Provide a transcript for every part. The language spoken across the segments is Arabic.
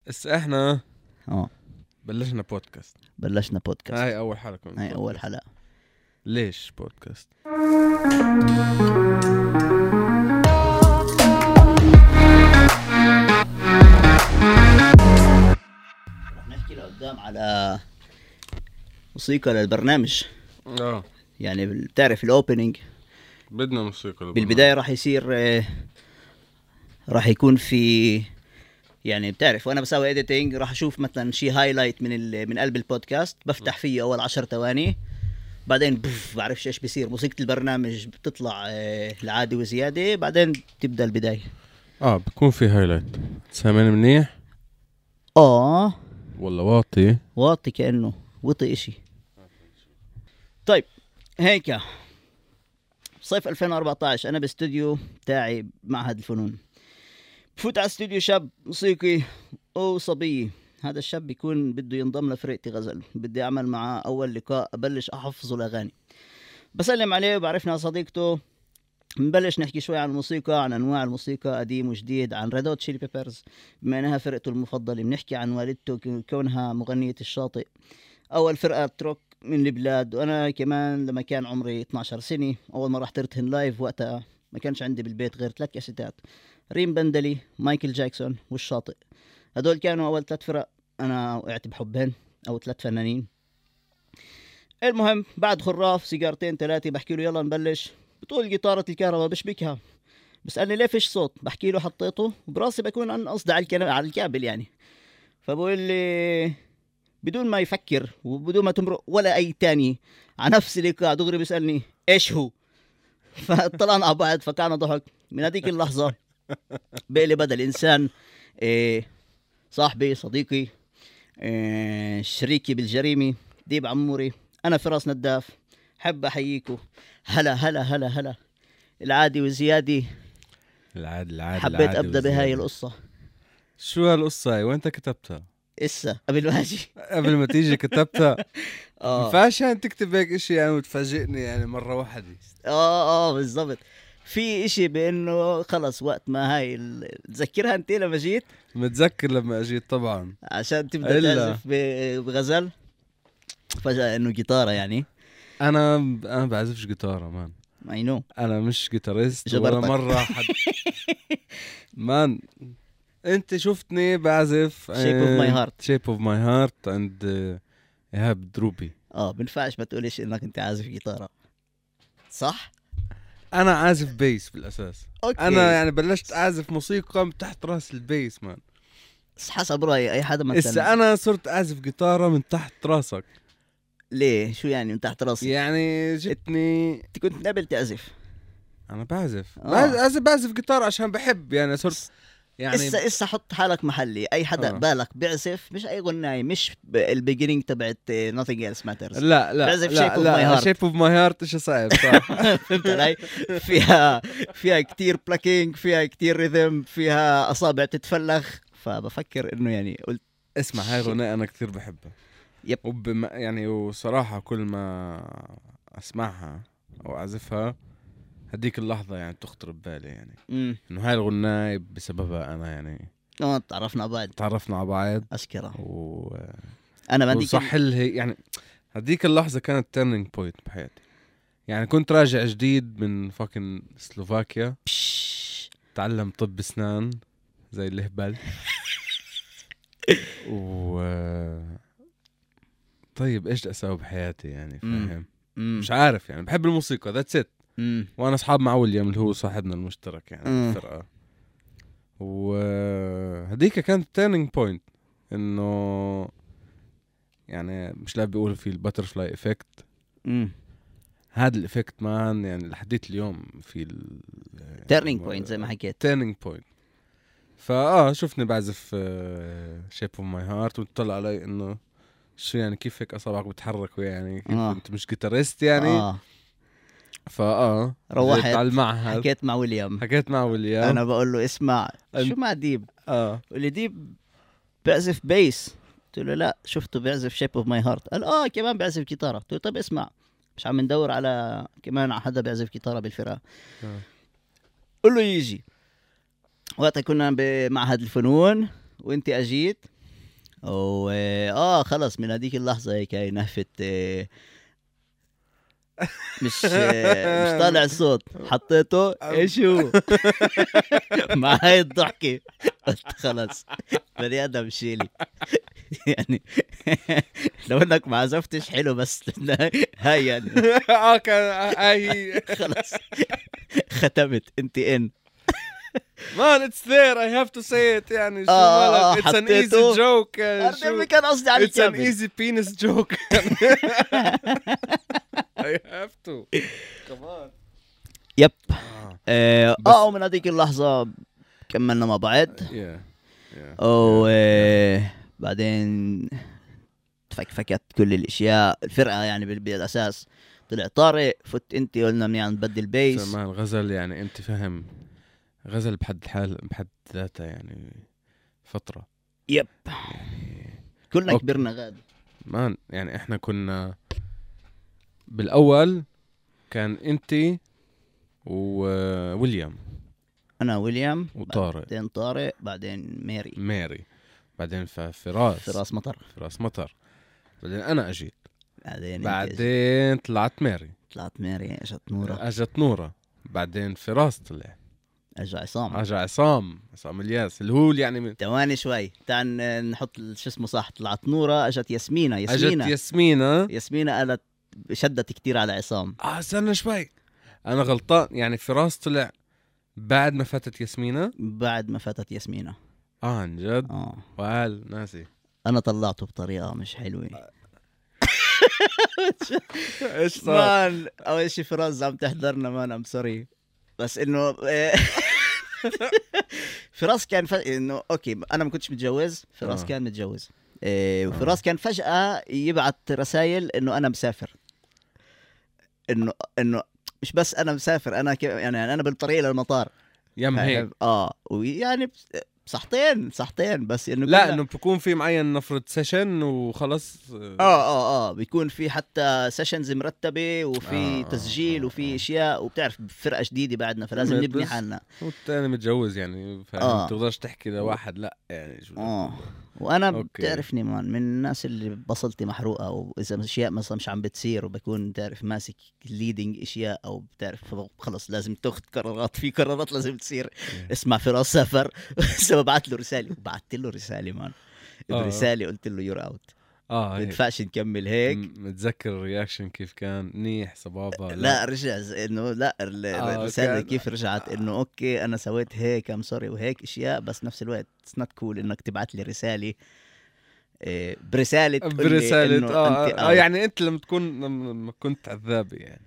بس احنا اه بلشنا بودكاست. هاي اول حلقة من هاي اول بودكاست. حلقة. ليش بودكاست؟ رح نحكي لقدام على موسيقى للبرنامج. يعني بتعرف الاوبننج بدنا موسيقى بالبداية راح يصير راح يكون في، يعني بتعرف وانا بسوي اديتنج راح اشوف مثلا شي هايلايت من قلب البودكاست، بفتح فيه اول 10 ثواني، بعدين بعرفش ايش بيصير، موسيقى البرنامج بتطلع العادي وزيادة، بعدين تبدأ البداية. بكون في هايلايت. سامعني منيح ولا واطي؟ واطي، كأنه وطي اشي. طيب هيك صيف 2014 انا باستوديو تاعي معهد الفنون، بفوت على استوديو شاب موسيقي او صبي. هذا الشاب بيكون بده ينضم لفرقتي غزل، بدي اعمل معاه اول لقاء، ابلش احفظه الاغاني، بسلم عليه وبعرفنا صديقته، بنبلش نحكي شوي عن الموسيقى، عن انواع الموسيقى قديم وجديد، عن ريد هوت تشيلي بيبرز بما انها فرقته المفضله، بنحكي عن والدته كونها مغنيه الشاطئ، اول فرقه تروك من البلاد، وانا كمان لما كان عمري 12 سنه اول ما رحت ارتهن لايف، وقتها ما كانش عندي بالبيت غير 3 كاسيتات، ريم بندلي، مايكل جاكسون والشاطئ. هدول كانوا اول 3 فرق انا وقعت بحبهن، او 3 فنانين. المهم بعد خراف سيجارتين 3 بحكي له يلا نبلش، بطول قطارة الكهرباء بشبكها، بسألني ليه فيش صوت، بحكي له حطيته براسي، بكون عن قصدي على الكابل يعني، فبقول لي بدون ما يفكر وبدون ما تمرق ولا اي تاني على نفس اللقاء دغري بيسألني ايش هو. فطلعنا على بعض، فكان ضحك من هذيك اللحظة بقلي بدل الانسان صاحبي صديقي شريكي بالجريمة، ديب عموري. انا فراس نداف، حب احييكم. هلا هلا هلا هلا، العادي وزيادي. العادي حبيت ابدا بهاي القصة. شو هالقصة هاي؟ وين كتبتها؟ اسا قبل ما اجي. قبل ما تيجي كتبتها؟ اه مفاش يعني تكتب هيك اشي يعني وتفاجئني يعني مرة واحدة. بالضبط. في اشي بانه خلص وقت ما هاي تذكرها انت لما جيت، متذكر لما اجيت طبعا، عشان تبدا إلا. تعزف بغزل، فجأة انه جيتارة يعني. انا بعزفش جيتارة مان. I know. انا مش جيتاريست ولا جبرتك. مرة حد. مان انت شفتني بعزف Shape of my heart. Shape of my heart and إيهاب دروبي. بنفعش ما تقوليش انك انت عازف جيتارة، صح؟ انا عازف بيس بالاساس. أوكي. انا يعني بلشت اعزف موسيقى من تحت راس البيس مان. بس حسب رأيي اي حدا مثلا. هسه انا صرت اعزف جيتارة من تحت راسك. ليه؟ شو يعني من تحت راسي؟ يعني جتني انت كنت قبل تعزف. انا بعزف آه. بعزف جيتار عشان بحب، يعني صرت يعني اسا حط حالك محلي، اي حدا بالك بيعزف، مش اي غناي، مش البيجينينج تبعت nothing else matters. لا بعزف Shape of my heart. شيب اوف ماي هارت ايش صعب صح. فهمت علي؟ فيها كتير بلاكينج، فيها كتير ريذم، فيها اصابع تتفلخ، فبفكر انه يعني قلت اسمع هاي غناء انا كتير بحبها. يب. يعني وصراحة كل ما اسمعها او اعزفها هديك اللحظة يعني تخطر ببالي يعني انه هاي الغناية بسببها انا يعني تعرفنا بعض، تعرفنا على بعض اشكرا. انا ما صح يعني هديك اللحظة كانت تيرنينج بوينت بحياتي. يعني كنت راجع جديد من فاكن سلوفاكيا، تعلم طب اسنان زي الهبل. طيب ايش بدي اسوي بحياتي يعني فاهم؟ مش عارف يعني بحب الموسيقى ذاتس ات. وانا اصحاب مع ويليام اللي هو صاحبنا المشترك يعني الفرقة، وهديك كانت تيرنينج بوينت انه يعني مش لا بيقولوا في الباترفلاي افكت. هذا الافكت مان يعني لحديت اليوم في تيرنينج بوينت زي ما حكيت، تيرنينج بوينت. شفني بعزف شيب اوف ماي هارت وتطلع علي انه شو يعني كيف هيك اصابعك بتحركوا يعني كيف انت مش جيتاريست يعني. روحت على المعهد، حكيت مع ويليام. انا بقول له اسمع شو مع ديب؟ اللي ديب بيعزف بيس. قلت له لا، شفته بيعزف شيب اوف ماي هارت. قال كمان بيعزف جيتارة. قلت له طب اسمع، مش عم ندور على كمان على حدا بيعزف جيتارة بالفرقة. قل له يجي. وقتها كنا بمعهد الفنون وانت اجيت خلص من هذيك اللحظة هيك هاي نهفت مش طالع الصوت حطيته ايش هو مع هاي الضحكة قلت خلص بني ادم شيلي يعني لو انك ما عزفتش حلو بس هاي يعني كان هاي خلص ختمت انت ان Man, it's there. I have to say it. يعني شو مالك? It's an easy joke. يعني شو كان قصدي على It's an easy penis joke. I have to. Come on. يب. ومن هذيك اللحظة كملنا مع بعض. بعدين تفكفكت كل الاشياء. الفرقة يعني بالاساس طلع طارق، فت انت قلنا منيح نبدل بيس. زمان غزل يعني انت فهم، غزل بحد الحال بحد ذاتها يعني فترة. يب يعني كلنا كبرنا غاد مان. يعني احنا كنا بالاول كان انت وويليام، انا ويليام وطارق، بعدين طارق، بعدين ماري، بعدين فراس مطر، بعدين انا اجيت، بعدين طلعت ماري، اجت نورة، بعدين فراس طلع، اجى عصام الياس اللي هو يعني من... تواني شوي تعال نحط شو اسمه صح. طلعت نورة، اجت ياسمينة قالت شدت كتير على عصام. استنى شوي، انا غلطان. يعني فراس طلع بعد ما فاتت ياسمينة. عن جد. وقال ناسي انا طلعته بطريقة مش حلوة. ايش صار؟ اول شي فراس عم تحضرنا مان ام سوري، بس انه فراس كان انه اوكي انا ما كنتش متجوز، فراس كان متجوز. وفراس كان فجأة يبعت رسائل انه انا مسافر، انه مش بس انا مسافر، انا يعني انا بالطريق للمطار يم هيك. ويعني صحتين بس انه لا انه بيكون في معين نفرض سيشن وخلص. بيكون في حتى سيشنز مرتبه وفي تسجيل وفي اشياء، وبتعرف فرقه جديده بعدنا فلازم نبني حالنا. والثاني متجوز يعني فما تقدرش تحكي لواحد لا يعني شو. وانا بتعرفني من الناس اللي بصلتي محروقه، واذا اشياء مثلا مش عم بتصير وبكون تعرف ماسك ليدنج اشياء او بتعرف خلص لازم تاخذ قرارات، في قرارات لازم تصير. اسمع فراس سافر بعت له رساله، وبعثت له رساله مان برساله قلت له يور اوت. ما ينفعش نكمل هيك. متذكر الرياكشن كيف كان؟ منيح صبابه. لا رجع انه لا الرساله كيف رجعت انه اوكي انا سويت هيك ام سوري وهيك اشياء، بس نفس الوقت اتس نوت كول انك تبعت لي رساله برساله يعني انت لما كنت عذابي يعني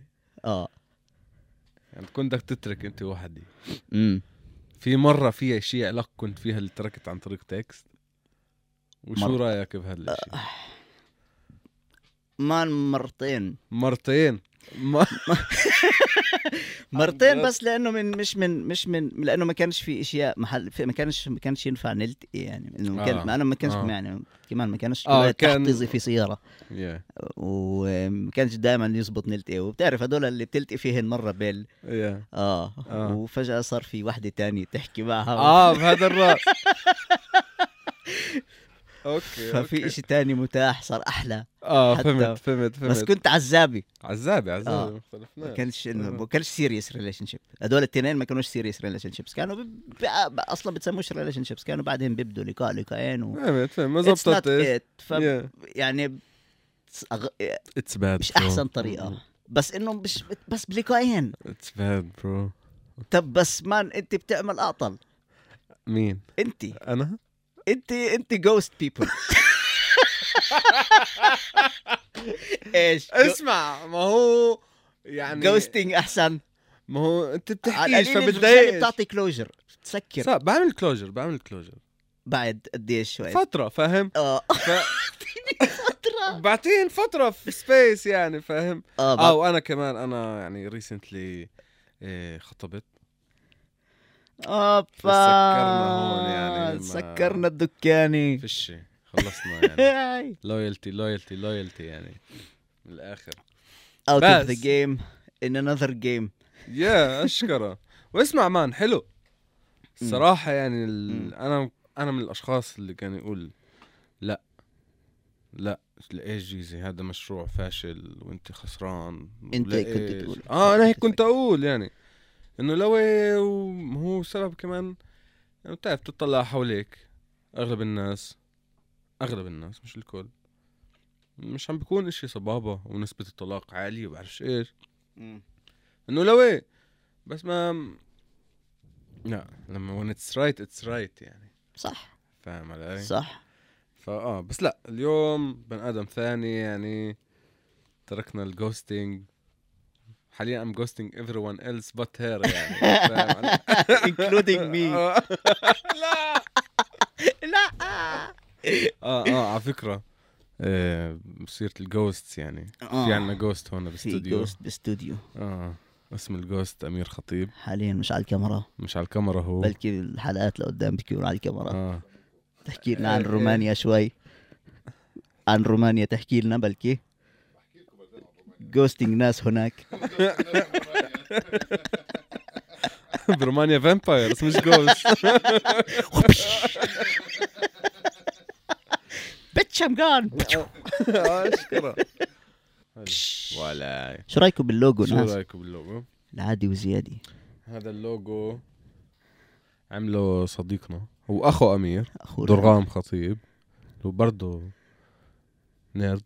يعني كنت بدك تترك انت وحدي. في مره في شيء علاقه كنت فيها اللي تركت عن طريق تكست، وشو رايك بهذا الشيء؟ مرتين مرتين بس لانه مش من لانه ما كانش في اشياء محل ما كانش ينفع نلتقي يعني انه انا ما كانش يعني كمان ما كانش تحتضي في سياره وما كانش دائما يزبط نلتقي. وبتعرف هدول اللي بتلتقي فيهن مره بيل وفجاه صار في وحده تانية تحكي معها بهذا الراس. اوكي ففي اشي تاني متاح صار احلى. فهمت بس كنت عذابي مختلفنا. ما كانش سيريس ريليشن شيب. هدول الاثنين ما كانوش سيريس ريليشن شيبس، كانوا اصلا بتسموش ريليشن شيبس، كانوا بعدين بيبدوا لقاءين فهمت ما زبطت يعني اتس باد مش احسن طريقه، بس انه مش بس بلقاءين اتس باد برو. طب بس مان انت بتعمل اعطل. مين انت؟ انا انت جوست بيبل. ايش اسمع، ما هو يعني جوستينج احسن. ما هو انت بتحكيش فبتضايق بتعطي كلوجر تسكر. صح بعمل كلوجر بعد قديش شوي فتره فاهم. بعطيهن فتره في سبيس يعني فاهم. وانا كمان انا يعني ريسنتلي خطبت. سكرنا هون يعني سكرنا الدكاني فيش خلصنا يعني لويالتي يعني من الاخر out of the game in another game. اشكره. واسمع مان حلو الصراحه يعني انا من الاشخاص اللي كان يقول لا لإيش جيزي؟ هذا مشروع فاشل وانت خسران. انت كنت تقول انا هيك كنت اقول يعني انه لو هو سبب كمان يعني بتعرف تطلع حواليك اغلب الناس مش الكل مش عم بيكون اشي صبابة ونسبة الطلاق عالية وبعرفش ايش انه لو بس ما لا لما when it's right يعني صح فاهم علي؟ صح. بس لا اليوم بني ادم ثاني يعني تركنا الجوستينج حاليا I'm ghosting everyone else but her يعني فاهم علي؟ including me. لا لا على فكرة بصيرة الجوست يعني في عنا جوست هون في بالاستوديو. جوست باستوديو. اسم الجوست أمير خطيب. حاليا مش على الكاميرا، مش على الكاميرا هو، بلكي الحلقات لقدام بيكونوا على الكاميرا. تحكي لنا عن إيه. رومانيا شوي، عن رومانيا تحكي لنا بلكي جوستينج ناس هناك. برومانيا فامبايرز مش جوست. بيتش ام جان. اشكرا ولا شو رايكم باللوجو شو ناس؟ رايكم باللوجو؟ العادي وزيادة. هذا اللوجو عمله صديقنا هو اخو امير أخونا درغام خطيب وبرضه نيرد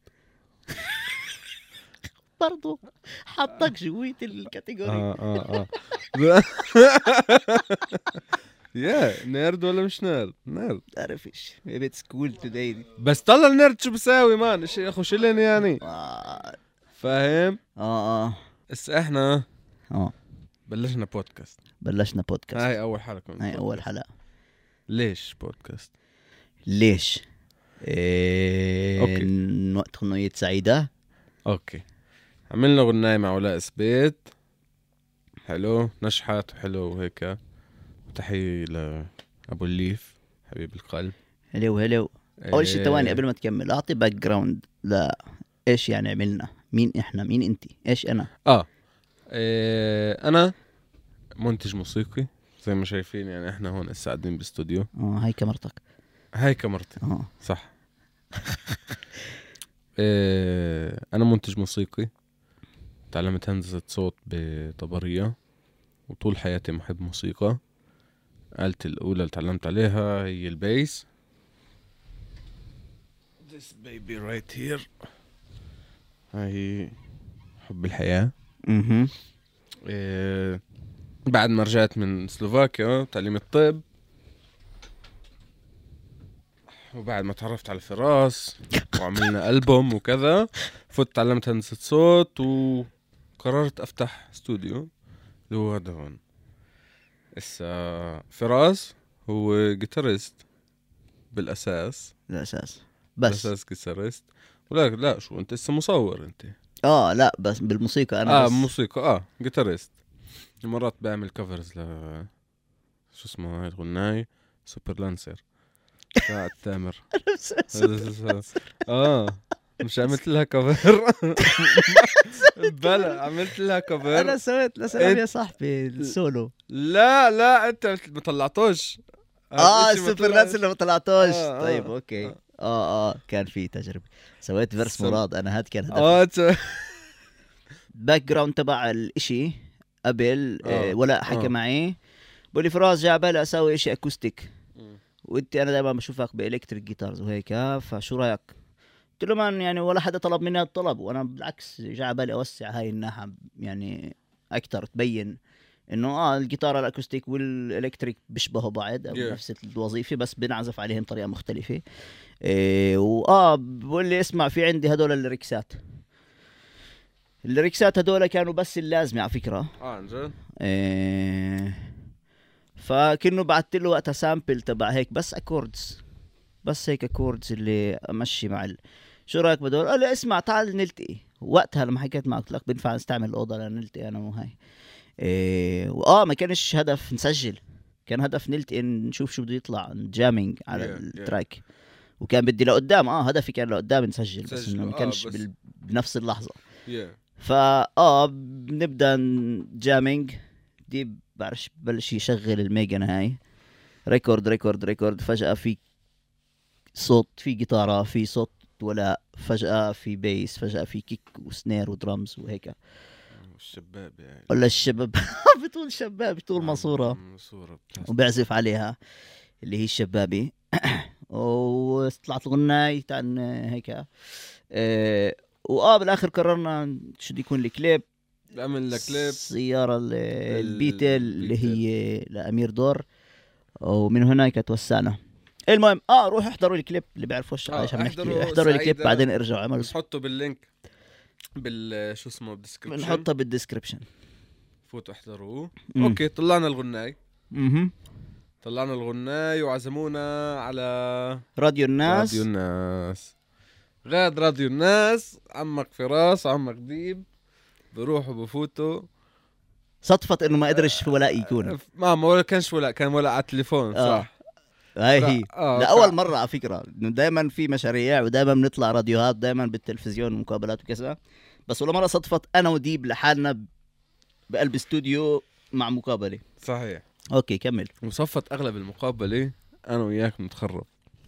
برضو حطك جويت الكاتيجوري. يا نيرد ولا مش نيرد؟ نيرد تعرف ايش maybe it's cool today. بس طلع النيرد شو بساوي مان ايش يا اخو شلن يعني فاهم. بس احنا بلشنا بودكاست. هاي اول حلقة من هاي اول حلقة. ليش بودكاست؟ ليش أوكي. وقت غنية سعيدة. اوكي عملنا غناية مع ولاء سبيت حلو نشحت وحلو وهيك. تحية لأبو الليف حبيب القلب. هلو اول شيء تواني قبل ما تكمل اعطي باك جراوند لا ايش يعني عملنا، مين احنا، مين انتي، ايش انا. انا منتج موسيقي زي ما شايفين يعني احنا هون هسه قاعدين باستوديو. هاي كاميرتك. هاي كاميرتي صح. انا منتج موسيقي تعلمت هندسة صوت بطبرية وطول حياتي محب موسيقى. آلتي الأولى اللي تعلمت عليها هي البيس. This baby right here هاي حب الحياة. بعد ما رجعت من سلوفاكيا تعليم الطب وبعد ما تعرفت على فراس وعملنا ألبوم وكذا فوت تعلمت هندسة صوت وقررت أفتح استوديو اللي هو هذا هون. فراس هو جيتاريست بالأساس بس بالأساس جيتاريست لا شو أنت لسه مصور أنت. لا بس بالموسيقى أنا بس موسيقى جيتاريست. مرات بعمل كفرز شو اسمه هاي الغناية سوبر لانسر تاع تامر. مش عملت لها كفر. بلا عملت لها كفر. انا سويت لسلام يا صاحبي السولو. لا انت ما طلعتوش. السوبر لانسر اللي ما طلعتوش. طيب اوكي. كان في تجربة سويت فيرس مراد انا هاد كان هدفي. باك جراوند تبع الاشي قبل ولا حكى معي بقول لي فراس جاء بالي اسوي اشي اكوستيك وانت انا دائما بشوفك بالكتريك جيتارز وهيك فشو رايك؟ قلت له مان يعني ولا حدا طلب مني الطلب وانا بالعكس جاء بالي اوسع هاي الناحية يعني اكثر تبين انه الجيتار الاكوستيك والالكتريك بيشبهوا بعض نفس الوظيفه بس بنعزف عليهم طريقه مختلفه. بقول لي اسمع في عندي هدول الليركسات هدول كانوا بس اللازمه على فكره. انزين فكنه بعثت له وقتها سامبل تبع هيك بس اكوردز بس هيك اكوردز اللي امشي مع شو رايك بدول؟ قال لي اسمع تعال نلتقي. وقتها لما حكيت معك قلت لك بينفع نستعمل الاوضه لنلتقي انا وهاي. ما كانش هدف نسجل، كان هدف نلتقي نشوف شو بده يطلع جامينج على التراك وكان بدي لقدام هدفي كان لقدام نسجل بس انه ما كانش بنفس اللحظه. بنبدا جامينج دي بعرفش بلش يشغل الميجان هاي ريكورد فجأة في صوت، في جيتارة، في صوت ولا فجأة في بيس، فجأة في كيك وسنير ودرامز وهيك. الشباب يعني ولا الشباب بتقول شباب، بتقول ماسورة وبيعزف عليها اللي هي الشبابي. وطلعت الغناي تاع هيك. بالاخر قررنا شو بده يكون الكليب. بعمل لك كليب السيارة البيتل اللي هي لأمير دور، ومن هناك توسعنا. المهم روح احضروا الكليب اللي بيعرفوش ايش عم نحكي، احضروا الكليب بعدين ارجعوا عملوا. نحطه باللينك شو اسمه بالديسكربشن، بنحطه بالديسكربشن، فوتوا احضروه. اوكي طلعنا الغناي. طلعنا الغناي وعزمونا على راديو الناس. غاد راديو الناس، عمك فراس وعمك ديب بروحوا بفوتوا. صدفة انه ما قدرش ولاء يكون ما ولا كانش ولا كان ولا على التليفون صح. هاي هي لأول مرة على فكرة، انه دائما في مشاريع ودائما بنطلع راديوهات دائما بالتلفزيون ومقابلات وكذا، بس ولا مرة صدفت انا وديب لحالنا بقلب استوديو مع مقابلة. صحيح. اوكي كمل. وصفت اغلب المقابلة انا وياك بنتخرب.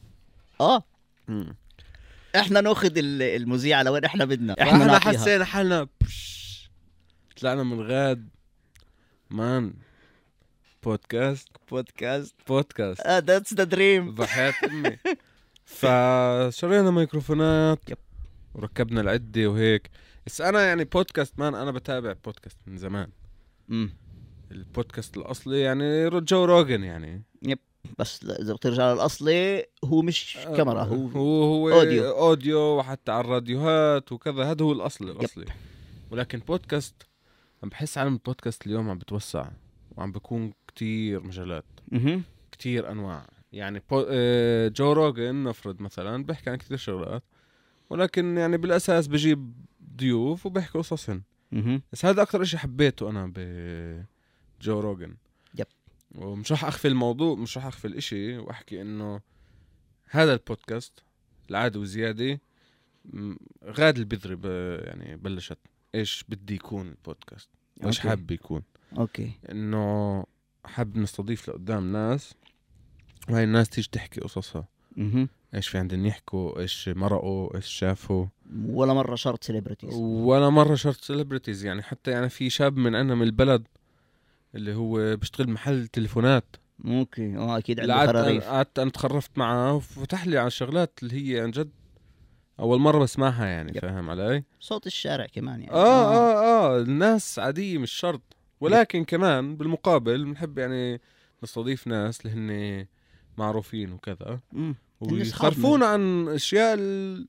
احنا ناخذ المذيع على وين احنا بدنا، احنا حسينا حالنا طلعنا من غاد مان بودكاست ذاتس ذا دريم بحياة امي. فشرينا ميكروفونات وركبنا العدة وهيك. بس انا يعني بودكاست مان، انا بتابع بودكاست من زمان. البودكاست الاصلي يعني جو روجن يعني. يب. بس اذا بترجع للاصلي هو مش كاميرا، هو اوديو وحتى على الراديوهات وكذا، هذا هو الاصلي. ولكن بودكاست عم بحس عالم البودكاست اليوم عم بتوسع وعم بيكون كتير مجالات، كتير انواع. يعني جو روجن نفرض مثلا بيحكي عن كتير شغلات، ولكن يعني بالاساس بجيب ضيوف وبحكي قصصهن. بس هذا اكتر اشي حبيته انا بجو روجن. ومش رح اخفي الموضوع، مش رح اخفي الاشي واحكي انه هذا البودكاست العادي وزيادة غاد البذري يعني بلشت ايش بدي يكون البودكاست وايش حاب يكون. انه حاب نستضيف لقدام ناس، وهي الناس تيجي تحكي قصصها. ايش في عندن يحكوا، ايش مرقوا، ايش شافوا. ولا مرة شرط سيلبرتيز يعني. حتى يعني في شاب من عنا من البلد اللي هو بيشتغل محل تليفونات. اكيد عنده خراريف. قعدت انا تخرفت معه وفتح لي على الشغلات اللي هي عن جد اول مرة بسمعها يعني. فاهم علي؟ صوت الشارع كمان يعني. الناس عادية مش شرط، ولكن كمان بالمقابل بنحب يعني نستضيف ناس اللي هن معروفين وكذا، ويخرفون عن اشياء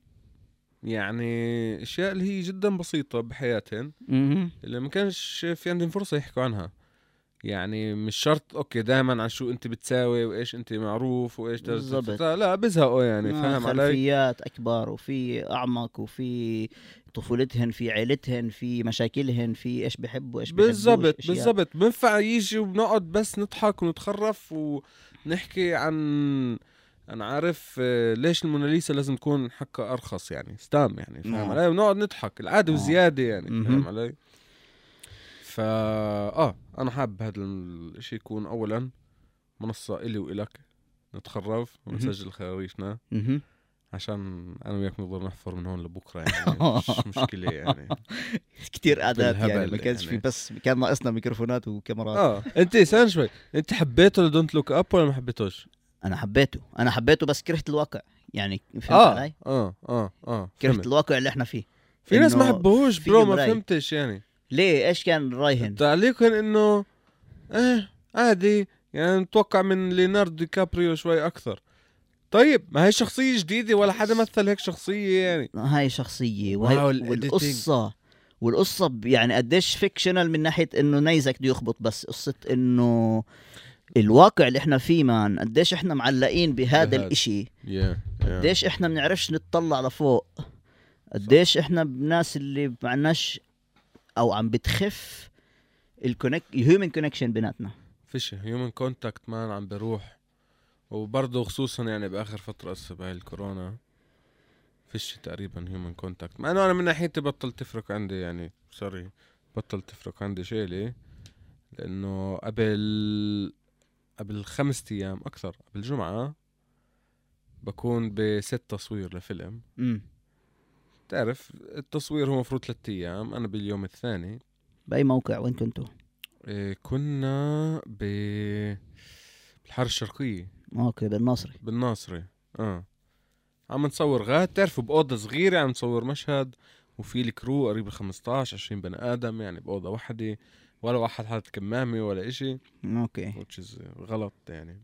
يعني اشياء اللي هي جدا بسيطة بحياتهم اللي ما كانش في عندهم فرصة يحكوا عنها. يعني مش شرط اوكي دائما عن شو انت بتساوي وايش انت معروف وايش لا بزهقوا يعني. فاهم علي؟ خلفيات اكبر وفي اعمق وفي طفولتهن، في عيلتهن، في مشاكلهن، في ايش بحبوا ايش بالضبط. بنفع يجي وبنقعد بس نضحك ونتخرف ونحكي عن انا عارف ليش الموناليزا لازم تكون حقها ارخص يعني ستام يعني. فاهم علي؟ ونقعد نضحك العادي وزيادة يعني. فاهم علي؟ انا حابب هذا الشيء يكون اولا منصة الي وإلك نتخرف ونسجل خراريشنا عشان انا وياك نقدر نحفر من هون لبكره يعني. مش مشكله يعني. كتير اعداد يعني ما كانش في، بس كان ناقصنا ميكروفونات وكاميرات. انت سان شوي، انت حبيته لدونت لوك اب ولا ما حبيتوش؟ انا حبيته بس كرهت الواقع يعني. فهمت علي؟ كرهت الواقع اللي احنا فيه. في ناس ما حبوهوش برو، ما فهمتش يعني ليه. ايش كان رايهن؟ تعليق كان انه عادي يعني، نتوقع من ليوناردو دي كابريو شوي اكثر. طيب ما هي شخصية جديدة ولا حدا مثل هيك شخصية يعني. هاي شخصية والقصة يعني قديش فيكشنال من ناحية انه نيزك بده يخبط، بس قصة انه الواقع اللي احنا فيه مان قديش احنا معلقين بهذا الاشي. قديش احنا بنعرفش نتطلع لفوق، قديش احنا بناس اللي معناش او عم بتخف الهيومن كونكشن بيناتنا. فيش هيومن كونتاكت مان عم بروح. وبرضه خصوصا يعني باخر فتره هاي الكورونا فيش تقريبا هيومن كونتاكت. مع انه انا من ناحيتي بطل تفرق عندي يعني، بطل تفرق عندي شيء. ليه؟ لانه قبل 5 ايام اكثر، قبل جمعه بكون بست تصوير لفيلم. تعرف التصوير هو مفروض 3 أيام، أنا باليوم الثاني. بأي موقع وين كنتوا؟ كنا بالحارة الشرقية. اوكي بالناصري. عم نصور غاد، تعرفوا بأوضة صغيرة عم نصور مشهد، وفي الكرو قريب 15-20 بني آدم يعني بأوضة واحدة، ولا واحد حاطط كمامة ولا إشي. اوكي which is غلط يعني.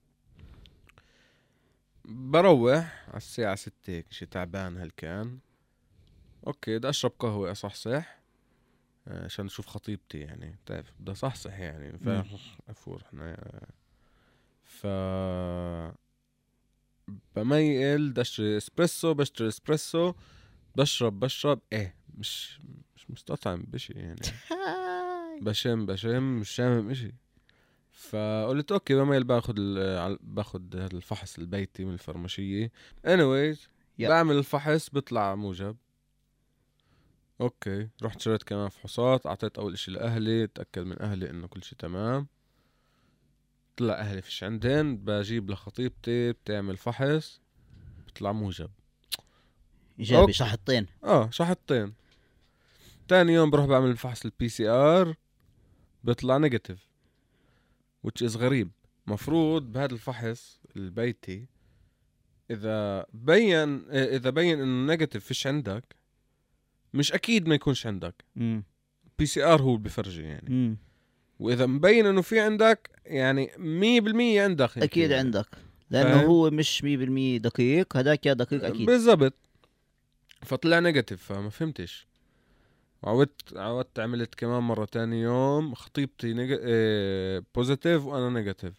بروح على الساعة 6 هيك شي تعبان هالكان. اوكي بدي اشرب قهوة اصحصح عشان اشوف خطيبتي يعني، تعرف بدي اصحصح يعني فافور احنا. ف بميل بشتري اسبريسو بشرب ايه مش مستطعم بشي يعني. بشم مش شامم اشي. فقلت اوكي بميل باخد هذا الفحص البيتي من الفرماشية. anyways بعمل الفحص بيطلع موجب. اوكي رحت شريت كمان فحوصات، اعطيت اول اشي لاهلي، اتأكد من اهلي انه كل شي تمام. طلع اهلي فيش عندن، بجيب لخطيبتي بتعمل فحص بيطلع موجب ايجابي. شحطين شحطين. تاني يوم بروح بعمل الفحص الPCR بيطلع نيجاتيف، which is غريب. مفروض بهذا الفحص البيتي اذا بين انه نيجاتيف فيش عندك، مش اكيد ما يكونش عندك. PCR هو بفرجي يعني. واذا مبين انه في عندك يعني 100% عندك اكيد يعني. عندك، لانه هو مش 100% دقيق، هداك يا دقيق اكيد بالضبط. فطلع نيجاتيف فما فهمتش. عودت عملت كمان مرة تاني يوم، خطيبتي بوزيتيف وانا نيجاتيف.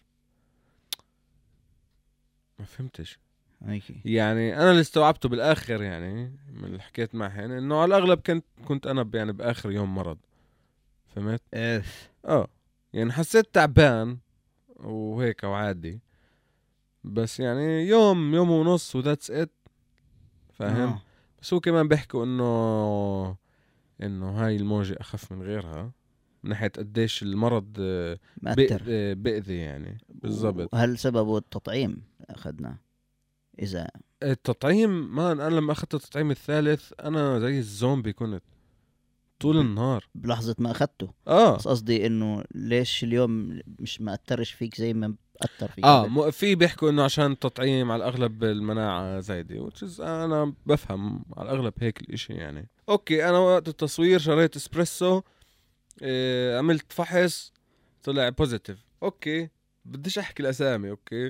ما فهمتش يعني. انا اللي استوعبته بالاخر يعني من اللي حكيت معها يعني انه على الاغلب كنت انا يعني باخر يوم مرض. فهمت؟ يعني حسيت تعبان وهيك وعادي، بس يعني يوم ونص وذاتس ات. فاهم؟ بس هو كمان بيحكوا انه هاي الموجة اخف من غيرها من ناحية قديش المرض بيأذي يعني. بالضبط. هل سببه التطعيم اخذنا؟ اذا التطعيم، ما انا لما اخذت التطعيم الثالث انا زي الزومبي كنت طول النهار بلحظة ما اخذته. بس قصدي انه ليش اليوم مش ما اثرش فيك زي ما اثر فيك؟ في بيحكوا انه عشان التطعيم على الاغلب المناعة زايدة، انا بفهم على الاغلب هيك الاشي يعني. اوكي انا وقت التصوير شريت اسبريسو، عملت فحص طلع بوزيتيف. اوكي بديش احكي الاسامي. اوكي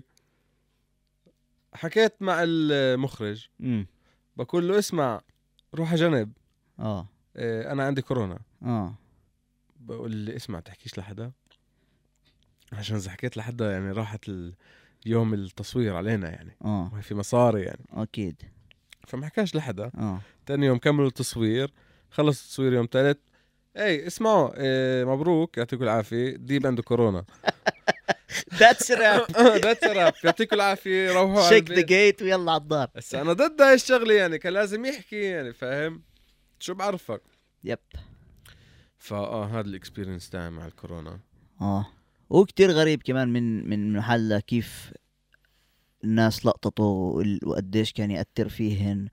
حكيت مع المخرج بقول له اسمع روح جنب انا عندي كورونا. بقول لي اسمع تحكيش لحدا، عشان اذا حكيت لحدا يعني راحت يوم التصوير علينا يعني. وهي في مصاري يعني اكيد. فما حكاش لحدا. تاني يوم كملوا التصوير، خلص التصوير يوم ثالث. اي اسمعوا مبروك يعطيكم العافية، ديب عنده كورونا. ذاتس راب يعطيكم العافية، روحوا شيك ذا جيت ويلا على الدار. بس انا ضد هاي الشغلة يعني، كان لازم يحكي يعني. فاهم شو بعرفك؟ يب. هذا الاكسبيرينس تاعي مع الكورونا. وكتير غريب كمان من محل كيف الناس لقطته وقديش كان يأثر فيهن.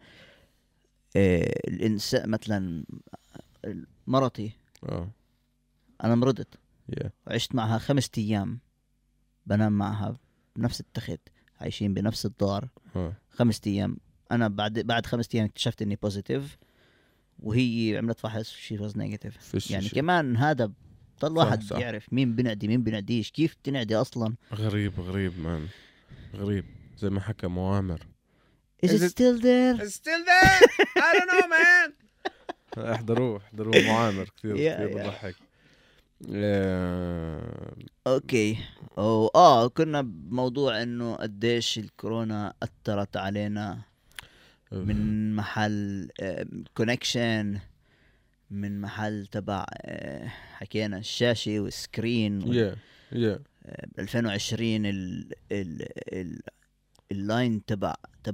الإنسان مثلا مرتي أنا مرضت وعشت معها 5 أيام، بنام معها بنفس التخت، عايشين بنفس الدار 5 أيام. أنا بعد 5 أيام اكتشفت إني بوزيتيف، وهي عملت فحص شي واز نيجاتيف يعني. كمان هذا ضل واحد يعرف مين بنعدي مين بنعديش، كيف تنعدي أصلا. غريب مان، غريب. زي ما حكى موامر Is it still there? It's still there. I don't know man. احضروه معامر كثير بضحك. اوكي. كنا بموضوع انه قديش الكورونا اثرت علينا من محل كونكشن، من محل تبع حكينا الشاشة والسكرين 2020 اللاين تبع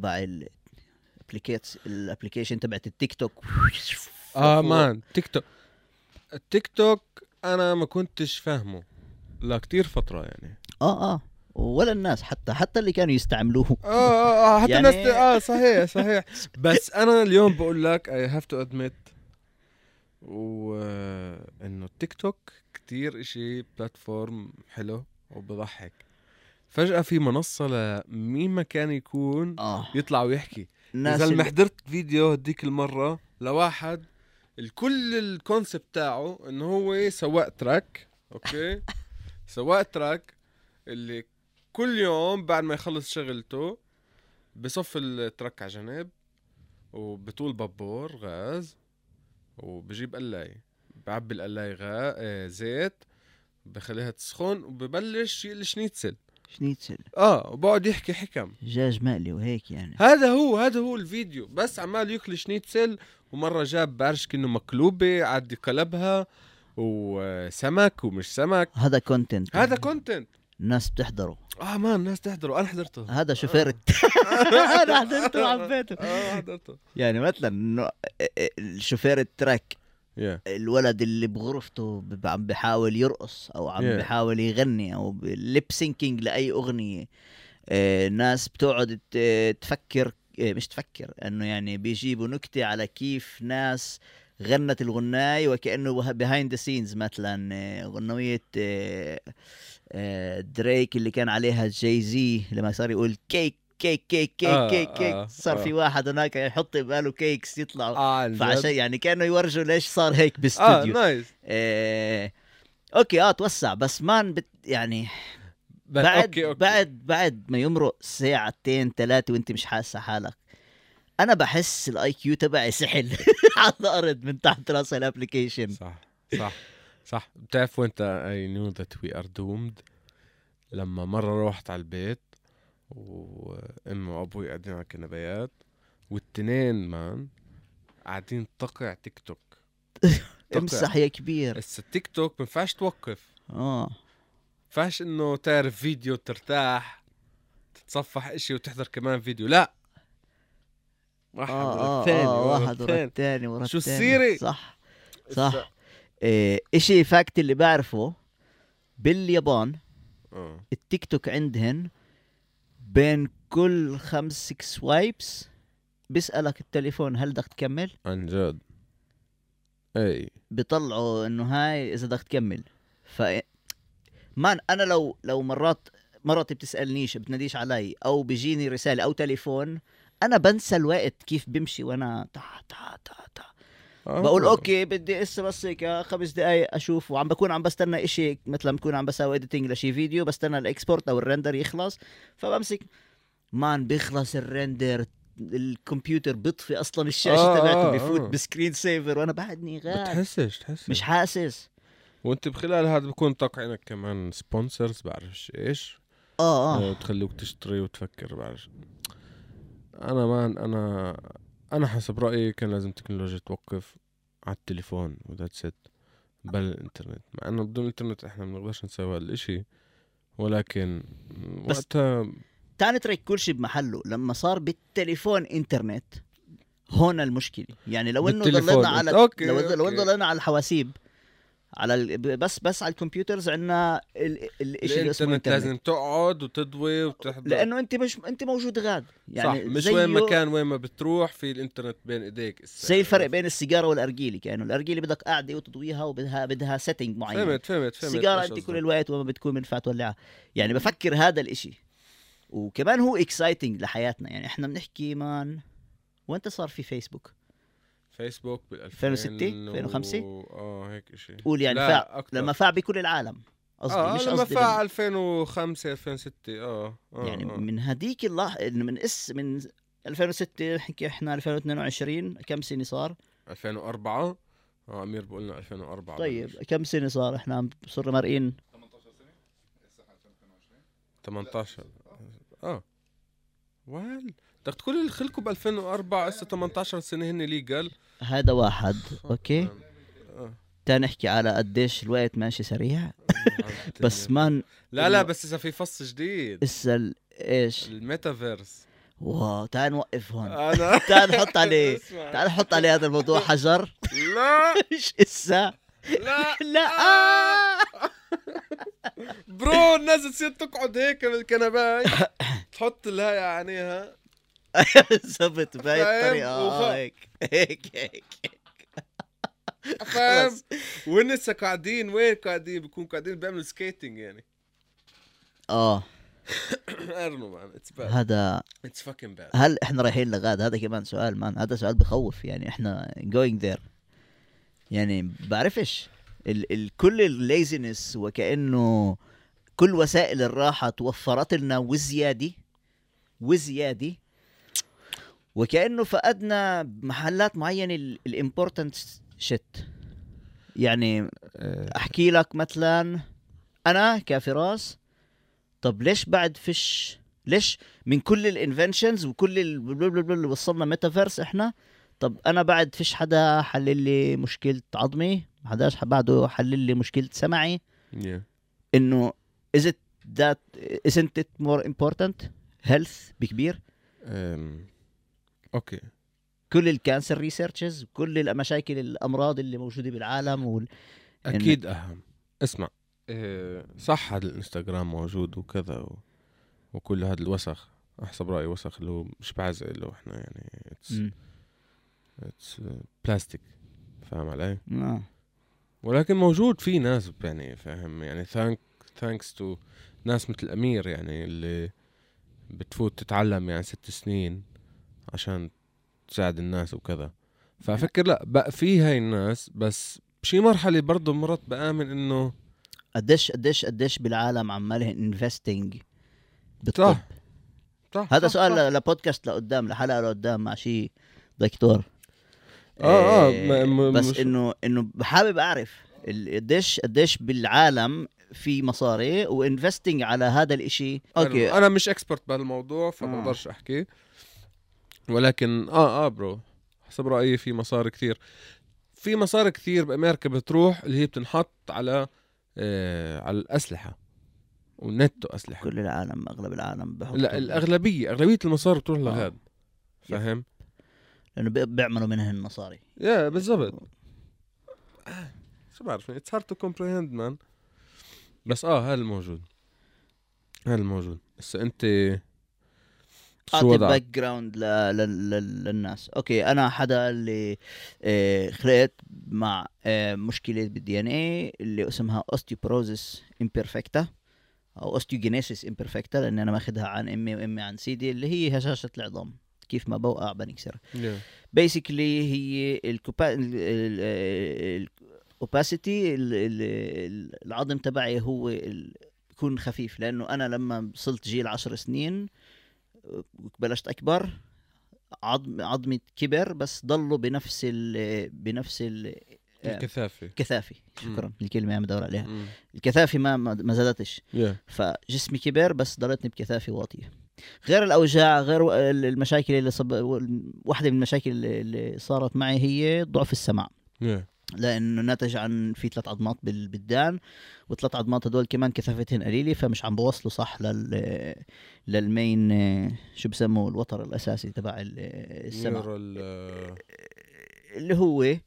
الابليكيشن تبعت التيك توك. مان التيك توك انا ما كنتش فاهمه لا كتير فترة يعني. ولا الناس حتى اللي كانوا يستعملوا حتى يعني... الناس صحيح بس انا اليوم بقول لك I have to admit انه التيك توك كتير اشي بلاتفورم حلو وبضحك. فجأة في منصة لمين ما كان يكون يطلع ويحكي. إذا ما حضرت فيديو هديك المرة لواحد الكل الكونسبت تاعه انه هو سواق تراك، اوكي سواق تراك اللي كل يوم بعد ما يخلص شغلته بصف التراك على جنب وبطول بابور غاز وبجيب قلاية بعبي القلاية زيت بخليها تسخن وببلش الشنيتسل وبقعد يحكي حكم دجاج مقلي وهيك يعني. هذا هو الفيديو بس عمال ياكل شنيتسل. ومرة جاب بعرش كأنه مقلوبة عاد قلبها وسمك ومش سمك. هذا كونتنت الناس بتحضره. الناس تحضره. انا حضرته. هذا شوفير انا حضرته وعبيته. حضرته. يعني مثلا الشوفير التراك الولد اللي بغرفته عم بحاول يرقص او عم بحاول يغني او ليب سينكينج لاي اغنيه. ناس بتقعد تفكر مش تفكر انه يعني بيجيبوا نكته على كيف ناس غنت الغناي وكأنه behind the scenes. مثلا غنوية دريك اللي كان عليها جاي زي لما صار يقول كيك صار في واحد هناك يحط باله كيكس يطلعوا فعشان يعني كانوا يورجوا ليش صار هيك باستوديو. نايس. اوكي توسع بس مان يعني بعد ما يمرق ساعتين 3 وانت مش حاسه حالك. انا بحس الاي كيو تبعي سحل على الارض من تحت راس الابلكيشن. صح بتعرف وانت I knew that we are doomed لما مرة روحت على البيت وامي وابوي قاعدين على الكنبيات والتنين مان قاعدين تقع تيك توك. امسح يا كبير. بس التيك توك ما ينفعش توقف. فاش انه تعرف فيديو ترتاح تتصفح اشي وتحضر كمان فيديو. لا واحد ورا الثاني شو السيري. صح اشي فاكت اللي بعرفه باليابان التيك توك عندهن بين كل 5-6 سوايبس بيسألك التليفون هل بدك تكمل. عن جد بيطلعوا انه هاي اذا بدك تكمل. مان انا لو مراتي بتسألنيش بتناديش علي او بيجيني رسالة او تليفون انا بنسى الوقت كيف بمشي وانا بقول اوكي بدي بس هيك 5 دقايق اشوف وعم بكون عم بستنى اشي مثلا بكون عم بسوي اديتنج لشي فيديو بستنى الاكسبورت او الرندر يخلص فبمسك مان بيخلص الرندر الكمبيوتر بيطفي اصلا الشاشة تبعته بفوت بسكرين سيفر وانا بعدني غاد بتحسش مش حاسس. وانت بخلال هذا بكون طاق عينك كمان سبونسرز بعرفش ايش تخليك تشتري وتفكر بعرفش. انا حسب رايي كان لازم التكنولوجيا توقف على التليفون وذاتس ات بل الانترنت. مع انه بدون الانترنت احنا ما بنقدرش نسوي هالشيء ولكن وقتها تعال نترك كل شيء بمحله. لما صار بالتليفون انترنت هون المشكله. يعني لو انه ضلينا على لو ضلينا على الحواسيب على بس على الكمبيوترز عندنا الشيء اللي اسمه الانترنت لازم تقعد وتضوي وتحضر لانه انت موجود غاد يعني صح. مش وين مكان وين ما بتروح في الانترنت بين ايديك. زي الفرق بين السيجاره والارجيله. كانه الارجيله بدك قاعده وتضويها بدها سيتنج معين. فهمت السيجاره انت كل الوقت وما بتكون منفعه تولعها. يعني بفكر هذا الاشي وكمان هو اكسايتنج لحياتنا. يعني احنا بنحكي مان وانت صار في فيسبوك بال 2006 2005 هيك شيء تقول يعني لما فاع بكل العالم قصدي مش لما قصدي فاع 2005 2006 يعني من هديك اللحظه من 2006 نحكي احنا 2022 كم سنه صار 2004 امير بقول لنا 2004. طيب كم سنه صار احنا عم صرنا مرقين 18 سنه هسه احنا 2018 بدك تقول اللي خلقوا ب 2004 هسه 18 سنه هن ليجل. هذا واحد اوكي. تاني نحكي على قديش الوقت ماشي سريع بس مان لا بس اذا في فص جديد اسال ايش الميتافيرس. واو تعال نوقف هون تعال نحط عليه هذا الموضوع حجر. لا مش اسا لا برو الناس تصير تقعد هيك بالكنباي تحط الهاي عينيها زبط بهاي الطريقة هيك فاهم. والناس قاعدين وين قاعدين بيكونوا قاعدين بيعملوا سكيتنج يعني. I don't know man it's bad. هذا it's fucking bad. هل احنا رايحين لغاد؟ هذا كمان سؤال مان، هذا سؤال بخوف يعني. احنا going there يعني بعرفش كل الليزنس وكأنه كل وسائل الراحة توفرت لنا وزيادة وكأنه فقدنا محلات معينة الامبورتنت شت. يعني احكي لك مثلا انا كفراس، طب ليش بعد فيش؟ ليش من كل الانفنشنز وكل اللي وصلنا ميتافيرس احنا، طب انا بعد فيش حدا حلل لي مشكلة عظمي، ما حداش بعده حلل لي مشكلة سمعي. انه isn't it more important health بكبير؟ اوكي كل الكانسر ريسيرشز، كل المشاكل الامراض اللي موجودة بالعالم اكيد اهم. اسمع صح هذا الانستغرام موجود وكذا وكل هذا الوسخ، احسب رأيي وسخ اللي هو مش بعزق اللي احنا يعني it's بلاستيك، فاهم علي؟ ولكن موجود في ناس يعني فاهم يعني thanks to ناس مثل أمير يعني اللي بتفوت تتعلم يعني 6 سنين عشان تساعد الناس وكذا. فأفكر لا بقى في هاي الناس، بس بشي مرحلة برضو مرات بآمن إنه قديش بالعالم عماله investing بالطب. هذا سؤال لبودكاست لقدام، لحلقة لقدام مع شي دكتور. بس انه حابب اعرف قديش بالعالم في مصاري وانفستنج على هذا الاشي. اوكي انا مش اكسبرت بهالموضوع فبقدرش احكي، ولكن برو حسب رأيي في مصاري كثير بأمريكا بتروح اللي هي بتنحط على الأسلحة والنتو أسلحة. كل العالم اغلب العالم بحطوا، لا الأغلبية المصاري بتروح لهذا فاهم، لأنه بيعملوا منها المصاري. بالضبط. شو بعرف it's hard to comprehend man. بس هذا الموجود. بس أنت أعطي الباك جراوند للناس. أوكي أنا حدا اللي خلقت مع مشكلة بالدي ان اي اللي اسمها osteoporosis imperfecta أو osteogenesis imperfecta، لأن أنا ماخدها عن أمي وأمي عن سيدي، اللي هي هشاشة العظام، كيف ما بوقع بنكسر. basically هي opacity العظم تبعي هو بيكون خفيف، لأنه أنا لما وصلت جيل 10 سنين بلشت أكبر، عظمي كبر بس ضلوا بنفس الكثافة. شكرا الكلمة عم بدور عليها. الكثافة ما زادتش. فجسمي كبر بس ضلتني بكثافة واطية. غير الأوجاع، غير المشاكل اللي واحدة من المشاكل اللي صارت معي هي ضعف السمع. لأنه نتج عن في 3 عظمات بالدان، و3 عظمات هدول كمان كثافتهن قليلة، فمش عم بوصلوا صح للمين شو بسموه الوتر الأساسي تبع السمع اللي هو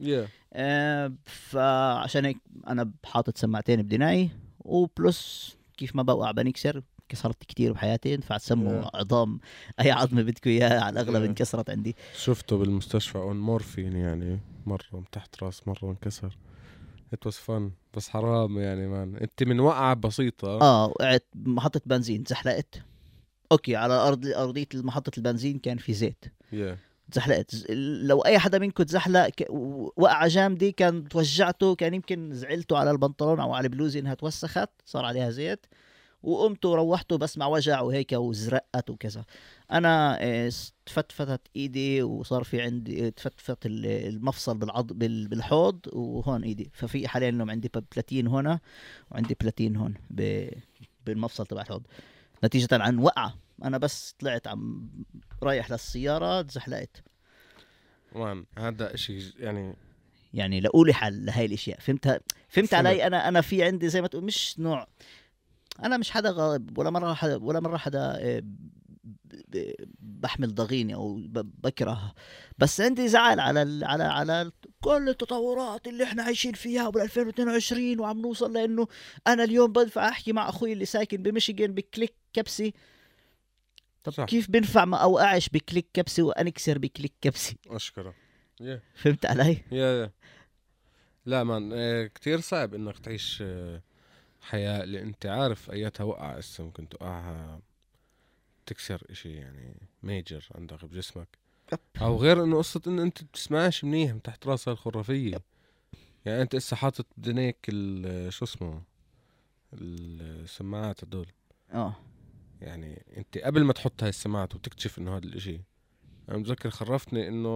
فعشان هيك أنا حاطط سماعتين بدناي، وبلس كيف ما بوقع بنكسر، كسرت كتير بحياتي، فعتسموا عظام أي عظمة بدكوا إياها على الأغلب انكسرت عندي. شفته بالمستشفى أون مورفين يعني مرة من تحت راس مرة انكسر. it was fun بس حرام يعني مان، انت من وقعة بسيطة وقعت محطة بنزين زحلقت. اوكي على أرضية محطة البنزين كان في زيت زحلقت. لو اي حدا منكم تزحلق وقعة جامدة كان توجعته، كان يمكن زعلته على البنطلون او على البلوزة انها توسخت صار عليها زيت، وقمت وروحته بس مع وجع وهيك وزرقت وكذا. انا تفتفت ايدي وصار في عندي تفتفت المفصل بالحوض وهون ايدي، ففي حاليا انه عندي بلاتين هنا وعندي بلاتين هون بالمفصل تبع الحوض نتيجة عن وقعة. انا بس طلعت عم رايح للسيارة تزحلقت. هذا شيء يعني لقولي حل لهاي الاشياء. فهمت علي؟ انا في عندي زي ما تقول مش نوع، انا مش حدا غاضب ولا مرة حدا بحمل ضغيني او بكره، بس عندي زعل على كل التطورات اللي احنا عايشين فيها بال 2022 وعم نوصل لانه انا اليوم بدفع احكي مع اخوي اللي ساكن بميشيغان بكليك كبسي. طب صح. كيف بنفع ما اوقعش بكليك كبسي وانكسر بكليك كبسي؟ اشكرا. فهمت علي؟ يا لا مان، كتير صعب انك تعيش حياة اللي انت عارف اياتها وقع اسا ممكن توقعها تكسر اشي يعني ميجر عندك بجسمك. او غير انه قصة انه انت بتسمعش منيح من تحت راسها الخرافية. يعني انت اسا حاطط بدنيك شو اسمه السماعات هدول. يعني انت قبل ما تحط هاي السماعات وتكتشف انه هذا الاشي، انا متذكر خرفتني انه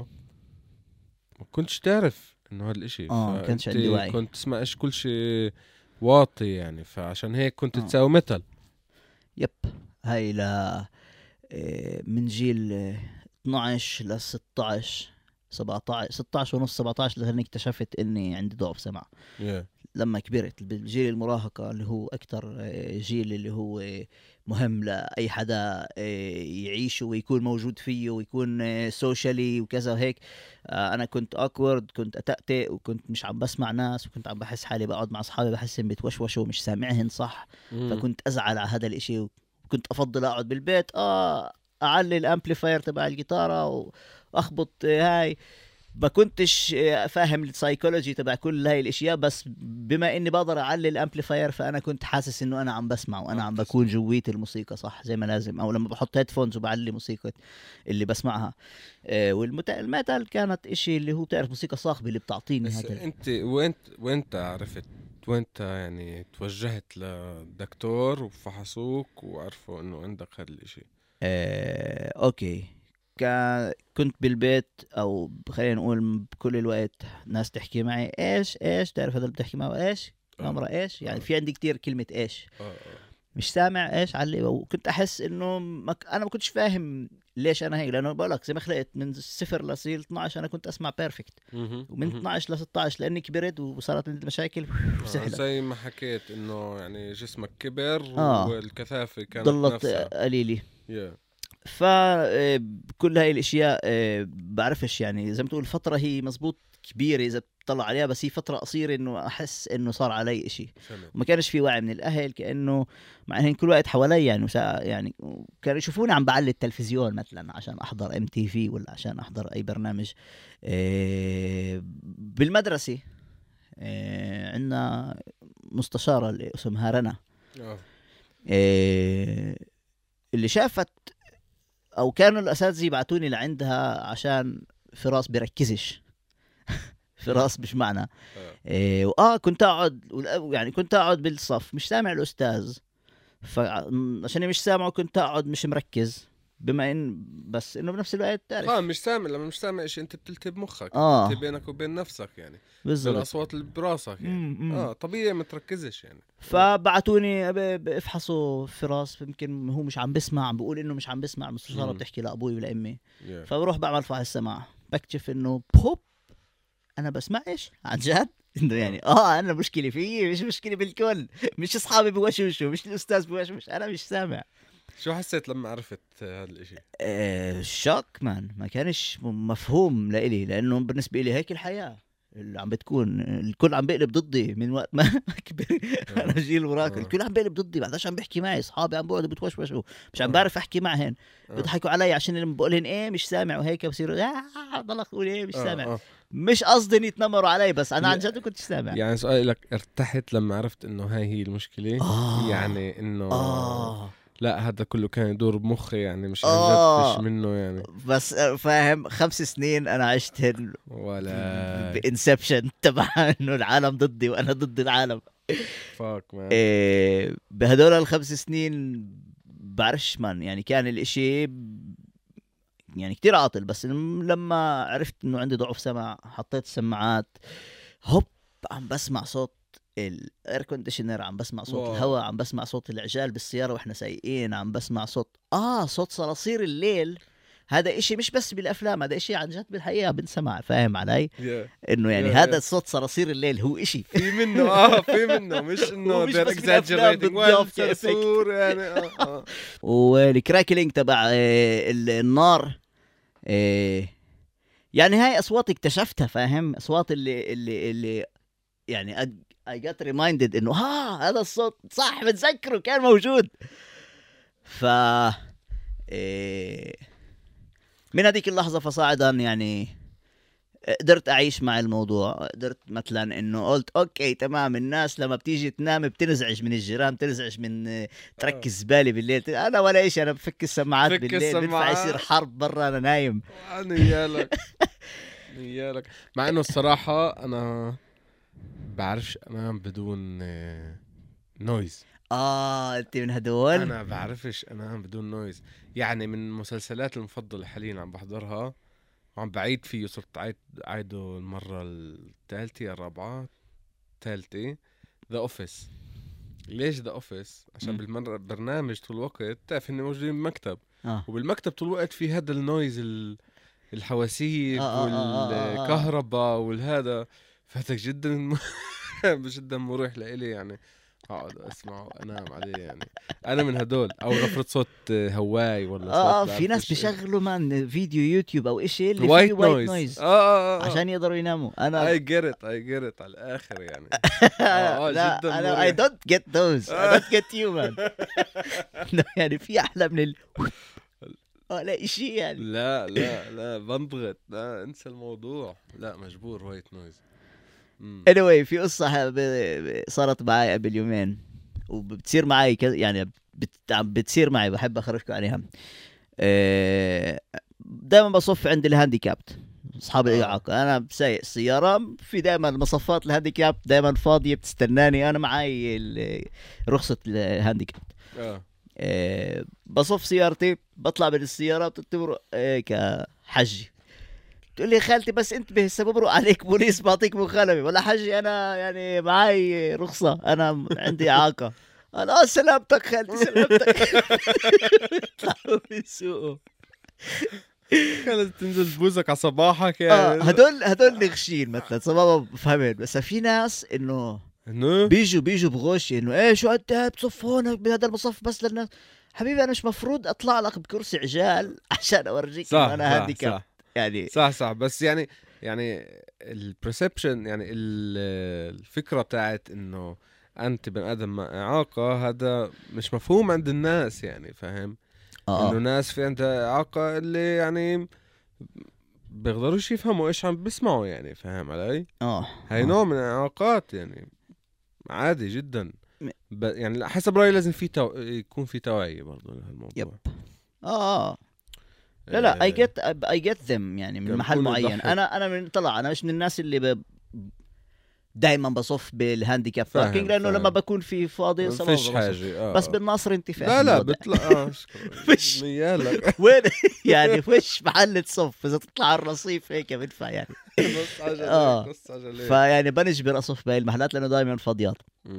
ما كنتش تعرف انه هذا الاشي. كنتش عندي وعي، كنت تسمع ايش كل شيء واطي يعني، فعشان هيك كنت تساوي مثل. يب. هاي من جيل 12 ل 16 17 16 ونص 17 لهني اكتشفت اني عندي ضعف سمع. لما كبرت بالجيل المراهقة اللي هو أكتر جيل اللي هو مهم لأي حدا يعيشه ويكون موجود فيه ويكون سوشيالي وكذا وهيك. أنا كنت أكورد، كنت أتأتئ وكنت مش عم بسمع ناس، وكنت عم بحس حالي بقعد مع أصحابي بحسهم بتوشوشوا ومش سامعهن صح. فكنت أزعل على هذا الإشي، وكنت أفضل أقعد بالبيت أعلي الأمبليفاير تبع الجيتارة وأخبط هاي. ما كنتش فاهم السايكولوجي تبع كل هاي الاشياء، بس بما اني بقدر اعلي الامبليفاير فانا كنت حاسس انه انا عم بسمع وانا عم بكون جويت الموسيقى صح زي ما لازم. او لما بحط هيدفونز وبعلي موسيقى اللي بسمعها. والميتال كانت اشي اللي هو تعرف موسيقى صاخبه اللي بتعطيني هذا. انت وانت عرفت وانت يعني توجهت لدكتور وفحصوك وعرفوا انه عندك هذا الاشي؟ اوكي. كنت بالبيت او خلينا نقول بكل الوقت ناس تحكي معي ايش تعرف هذا اللي بتحكي معه ايش امرأ ايش يعني. في عندي كتير كلمة ايش مش سامع ايش علي. وكنت احس انه انا ما كنتش فاهم ليش انا هيك، لانه بقول لك زي ما خلقت من 0 ل 12 انا كنت اسمع بيرفكت، ومن 12 ل 16 لاني كبرت وصارت عندي مشاكل زي ما حكيت انه يعني جسمك كبر والكثافة كانت ضلت قليلة. فكل هاي الاشياء بعرفش يعني زي ما تقول الفتره هي مزبوط كبيره اذا بتطلع عليها، بس هي فتره قصيره انه احس انه صار علي إشي. وما كانش في وعي من الاهل، كانه مع انهم كل وقت حوالي يعني كانوا يشوفوني عم بعلي التلفزيون مثلا عشان احضر MTV ولا عشان احضر اي برنامج. بالمدرسه عندنا مستشاره اللي اسمها رنا، اللي شافت او كانوا الاساتذه يبعتوني لعندها عشان فراس بركزش فراس مش معنى كنت اقعد يعني كنت اقعد بالصف مش سامع الاستاذ، فعشان مش سامعه كنت اقعد مش مركز، بما ان بس انه بنفس الوقت تعرف مش سامع. لما مش سامع شيء انت بتلتب مخك بتلتب بينك وبين نفسك يعني بالضبط الاصوات اللي براسك يعني طبيعي ما تركزش يعني. فبعتوني افحصوا فراس، يمكن هو مش عم بسمع، عم بقول انه مش عم بسمع، المستشارة بتحكي لابوي ولا امي. فبروح بعمل فحص السمع، بكتشف انه بوب انا بسمعش عن جد انه يعني انا مشكله فيي مش مشكله بالكل، مش اصحابي بوشوشوا، مش الاستاذ بوشوش، انا مش سامع. شو حسيت لما عرفت هذا الاشي؟ شوك مان، ما كانش مفهوم لإلي، لانه بالنسبه لي هيك الحياه اللي عم بتكون، الكل عم بيقلب ضدي من وقت ما كبر. انا جيل وراك الكل عم بيقلب ضدي، بعدش عم بيحكي معي، اصحابي عم بيقعدوا بتوشوشوا، مش عم بعرف احكي معهن، بيضحكوا علي عشان لما بقولهن ايه مش سامع وهيك بصيروا ضل اقول ايه مش سامع. مش قصدي ان يتنمروا علي، بس انا عن جد كنت سامع. يعني سؤالي لك، ارتحت لما عرفت انه هاي هي المشكله؟ يعني انه لا هذا كله كان يدور بمخي يعني مش عن جد فيش منه يعني. بس فاهم 5 سنين انا عشتهن ولا بانسبشن تبع انه العالم ضدي وانا ضد العالم. فاك مان. بهدول ال5 سنين بعرفش مان، يعني كان الاشي يعني كتير عاطل. بس لما عرفت انه عندي ضعف سمع حطيت السماعات، هوب عم بسمع صوت الاير كونديشنر، عم بسمع صوت الهواء، عم بسمع صوت العجال بالسيارة واحنا سايقين، عم بسمع صوت صوت صراصير الليل. هذا اشي مش بس بالافلام، هذا اشي عن جد بالحقيقة بنسمع، فاهم علي؟ انه يعني هذا صوت صراصير الليل هو اشي في منه في منه مش انه they're exaggerating يعني والكراكلينج تبع النار يعني هاي اصوات اكتشفتها، فاهم؟ اصوات اللي يعني I got reminded انه هذا الصوت صح، بتذكره كان موجود. ف إيه من هذيك اللحظة فصاعدا يعني قدرت أعيش مع الموضوع. قدرت مثلا إنه قلت أوكي تمام، الناس لما بتيجي تنام بتنزعج من الجيران، بتنزعج من تركز زبالة بالليل. أنا ولا إيش، أنا بفك السماعات بالليل، بنفع يصير حرب برا أنا نايم. نيالك نيالك. مع إنه الصراحة أنا بعرفش أنام بدون نويز. أنت من هدول؟ أنا بعرفش أنام بدون نويز. يعني من المسلسلات المفضلة حاليا عم بحضرها وعم بعيد فيه، صرت عيده المرة الثالثة الرابعة ثالثة، ذا أوفيس. ليش ذا أوفيس؟ عشان بالبرنامج طول الوقت تعرف إنه موجودين بمكتب، وبالمكتب طول الوقت في هذا النويز الحواسيب والكهرباء والهذا، فهتك جدا جدا مريح لإلي يعني. اقعد اسمعه انام عليه يعني. انا من هدول. او غفرة صوت هواي ولا صوت في ناس بيشغلوا مان فيديو يوتيوب او اشي اللي فيه وايت نويز عشان يقدروا يناموا. انا I get it على الاخر يعني. لا جدا انا I don't get those. I don't get you man. يعني في احلى من لا اشي يعني. لا بنضغط. لا انسى الموضوع. لا مجبور وايت نويز. anyway في قصة صارت معي قبل يومين وبتصير معي يعني بتصير معي، بحب أخرجكم عليها. دائما بصف عند الهانديكابت أصحاب الإعاقة. أنا بسايق السيارة، في دائما مصفات الهانديكابت دائما فاضية بتستناني، أنا معي رخصة الهانديكابت. بصف سيارتي، بطلع من السيارة بتعتبر كحجي. تقول لي خالتي بس انتبه هسه بمرق عليك بوليس بعطيك مخالفه. ولا حاجي انا يعني معي رخصه، انا عندي اعاقه. انا سلامتك خالتي سلامتك. طلعوا بيسوقوا. كانت تنزل بوزك على صباحك يعني. هدول نغشين مثلا صبابا بفهمين. بس في ناس انه بيجوا بغوش انه ايه شو انت بتصف هون بهذا المصف بس للناس. حبيبي انا مش مفروض اطلع لك بكرسي عجال عشان اورجيك انه انا هانديكاب يعني. صح بس يعني البرسبشن يعني الفكرة بتاعت انه انت بن ادم مع اعاقة، هذا مش مفهوم عند الناس يعني. فاهم؟ انه ناس في عندها اعاقة اللي يعني بيقدروش يفهموا ايش عم بيسمعوا يعني. فاهم علي؟ هاي نوع من الاعاقات يعني عادي جدا. يعني حسب رأيي لازم يكون في توعية برضو لهالموضوع. لا I get them يعني من محل معين. انا من انا مش من الناس اللي دائما بصف بالهانديكاب باركينج، لانه لما بكون في فاضي فيش حاجه. بس بالناصر انت فاهم. لا بطلع فيش ميالك وين يعني فيش محل تصف اذا تطلع على الرصيف هيك بنفع يعني. نص عجله فيعني بنجبر اصف باقي المحلات لانه دائما فاضيات.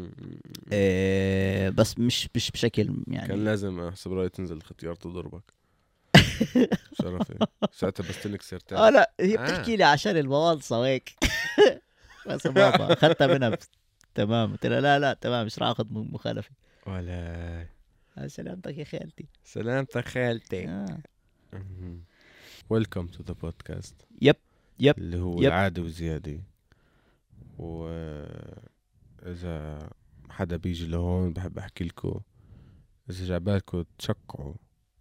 بس مش بشكل يعني. كان لازم احسب رايي تنزل الختيار تضربك. شرفي ساعتها بستنك سيرتين. لا هي بتحكي لي عشان المواصلة وهيك. بس بابا اخذتها منها تمام. قلت لها لا تمام مش راح اخذ مخالفه ولا. سلامتك يا خالتي. سلامتك خالتي. ويلكم تو ذا بودكاست. يب اللي هو العادة وزيادة. وإذا حدا بيجي لهون بحب أحكي لكم، إذا جعبالكم تشقعوا.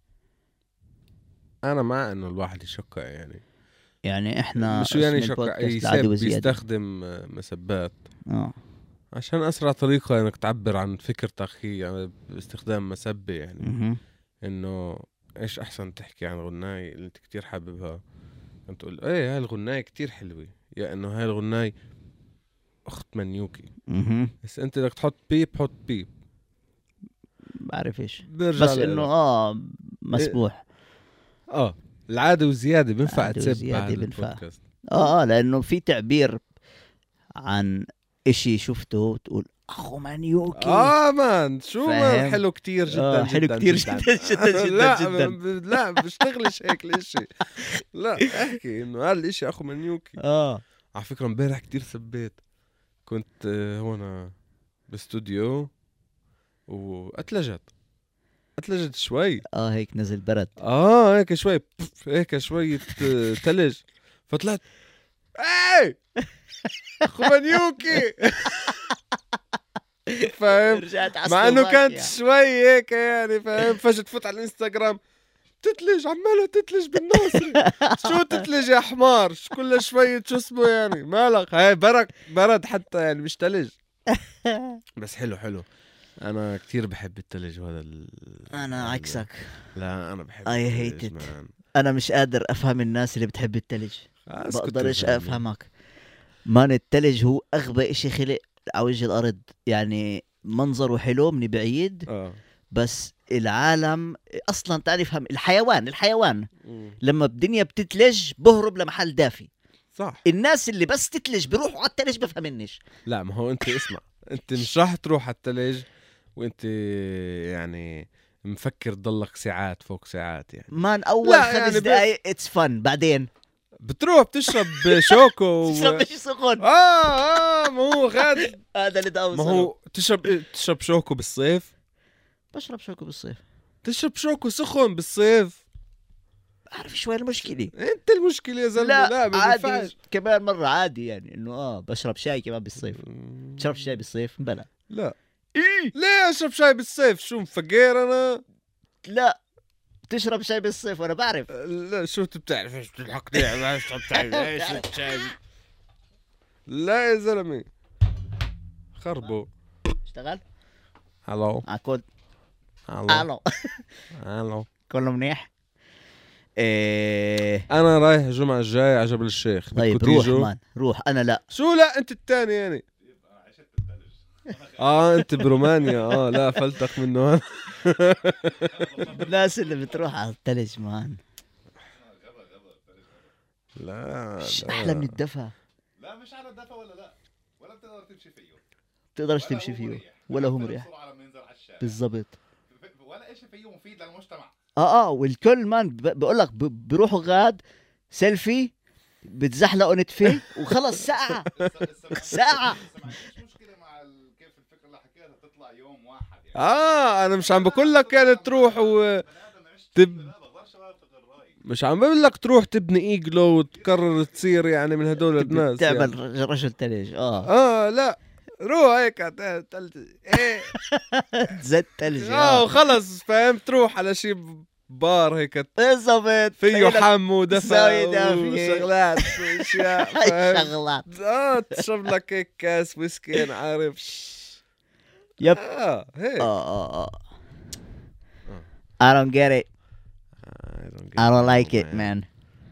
أنا مع إنه الواحد يشقع يعني إحنا مش يعني شقع يستخدم مسبات عشان أسرع طريقة إنك تعبر عن فكرتك هي يعني باستخدام مسبة يعني. إنه إيش أحسن تحكي عن غناية اللي أنت كتير حاببها، أنت تقول إيه هاي الغناية كتير حلوة، يا إنه هاي الغناية أخت منيوكي. بس أنت بدك تحط بيب حط بيب. بعرف إيش بس إنه مسموح. العادة وزيادة بنفع تسب بعد البودكاست. لأنه في تعبير عن إشي شفته تقول أخو منيوكي. مان شو مان حلو كتير جدا حلو جدا كتير جدا, جدا. لا بشتغلش هيك الاشي. لا احكي انه هذا الاشي اخو منيوكي. على فكرة امبارح كتير سبيت. كنت هون باستوديو واتلجت شوي. هيك نزل برد. هيك شوي هيك شوية تلج. فطلعت اي خوانيوكي فاهم. رجعت على مع انه كانت سلوفاكيا. شوي هيك يعني فاهم. فجأة تفوت على الانستغرام تتلج، عمالة تتلج بالناصري. شو تتلج يا حمار؟ كل شوية شو اسمه يعني مالك؟ هاي برد حتى يعني مش تلج. بس حلو انا كتير بحب التلج. وهذا انا عكسك. لا انا بحب I التلج hate it. مان. انا مش قادر افهم الناس اللي بتحب التلج. اسكت بقدرش يا زلمة. افهمك. مان التلج هو اغبى اشي خلق على وجه الارض. يعني منظره حلو من بعيد، بس العالم اصلا تعرف هم الحيوان لما الدنيا بتتلج بهرب لمحل دافي. صح. الناس اللي بس تتلج بيروحوا على التلج بفهمنش. لا ما هو انت اسمع، انت مش راح تروح على التلج وانت يعني مفكر تضلك ساعات فوق ساعات يعني. مان اول لا 5 يعني دقايق اتس فن، بعدين بتروح بتشرب شوكو تشرب شيء سخن. ما هو غاد. هذا اللي بدي ما اوصله. هو تشرب شوكو بالصيف. بشرب شوكو بالصيف. تشرب شوكو سخن بالصيف. بعرف شوي المشكلة. انت المشكلة يا زلمة. لا ما عادي بينفعش. كمان مرة عادي يعني انه بشرب شاي كمان بالصيف. تشرب شاي بالصيف؟ بلا. لا إيه؟ ليه اشرب شاي بالصيف؟ شو مفقير انا؟ لا تشرب شاي بالصيف وانا بعرف. لا شو انت بتعرف ايش بتضحكني على اشرب شاي؟ ايش الشاي؟ لا يا زلمة خربوا. اشتغل؟ الو عكود. الو الو كله منيح؟ ايه انا رايح الجمعة الجاي على جبل الشيخ. طيب بدكوا روح تيجوا؟ مان روح. انا لا. شو لا انت الثاني يعني؟ انت برومانيا. لا فلتك منه. الناس اللي بتروح على الثلج مان لا احلى من الدفا. لا مش على الدفا ولا بتقدر تمشي فيه. بتقدرش تمشي فيه ولا هو مريح. بالضبط. ولا شيء فيه مفيد للمجتمع. والكل مان بقول لك بيروحوا غاد سيلفي بتزحلقوا نتفه وخلص ساعة. ساعة. ما عنديش مشكلة مع كيف الفكرة اللي حكيتها تطلع يوم واحد يعني. انا مش عم بقول لك يعني تروح مش عم بقول لك تروح تبني ايجلو وتقرر تصير يعني من هدول الناس تعمل يعني. رجل تلج. لا روح هيك ايه زد تلج. وخلص فاهم. تروح على شي بار هيك بالضبط فيه حم ودفا دافية. وشغلات واشياء فاهم. شغلات. تشرب لك هيك كاس ويسكي انا عارف. يب. هيك I don't get it. I don't like it man.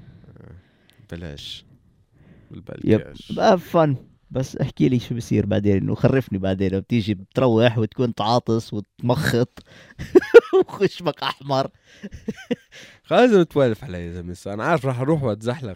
بلاش يب بقى فن. بس احكي لي شو بصير بعدين وخرفني بعدين. بتيجي بتروح وتكون تعاطس وتمخط وخشمك احمر. لازم تولف علي يا زلمه. انا عارف راح اروح واتزحلق.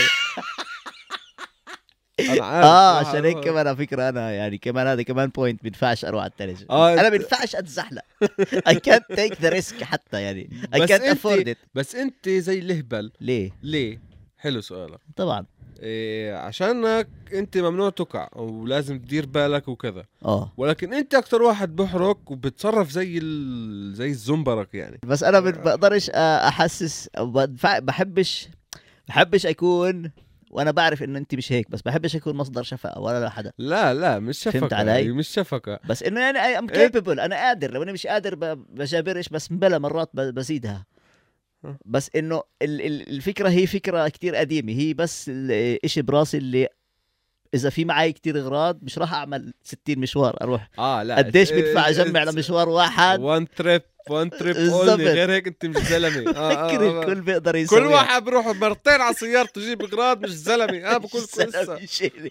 انا عارف عشان هيك كمان على فكره انا يعني كمان هذا كمان بوينت. بينفعش اروح على التلج. انا بينفعش اتزحلق. I can't take the risk حتى يعني. I can't afford it. بس انت زي الهبل. ليه؟ حلو سؤالك. طبعا عشانك انت ممنوع تقع ولازم تدير بالك وكذا. ولكن انت اكتر واحد بحرك وبتصرف زي الزنبرك يعني. بس انا بقدرش احسس. بحبش اكون وانا بعرف انه انت مش هيك. بس بحبش اكون مصدر شفقه ولا لحدا. لا مش شفقه. فهمت علي؟ مش شفقه. بس انه يعني I am capable. انا قادر. لو انا مش قادر بجابرش. بس بلا مرات بزيدها. بس انه الفكره هي فكره كتير قديمه. هي بس الاشي براسي اللي اذا في معي كتير اغراض مش راح اعمل 60 مشوار اروح. لا قديش بدفع اجمع لمشوار واحد. وان تريب اونلي. غير هيك انت مش زلمه. فكر الكل بيقدر يسوي. كل واحد بروح مرتين على سيارته يجيب اغراض مش زلمه. بقول لكم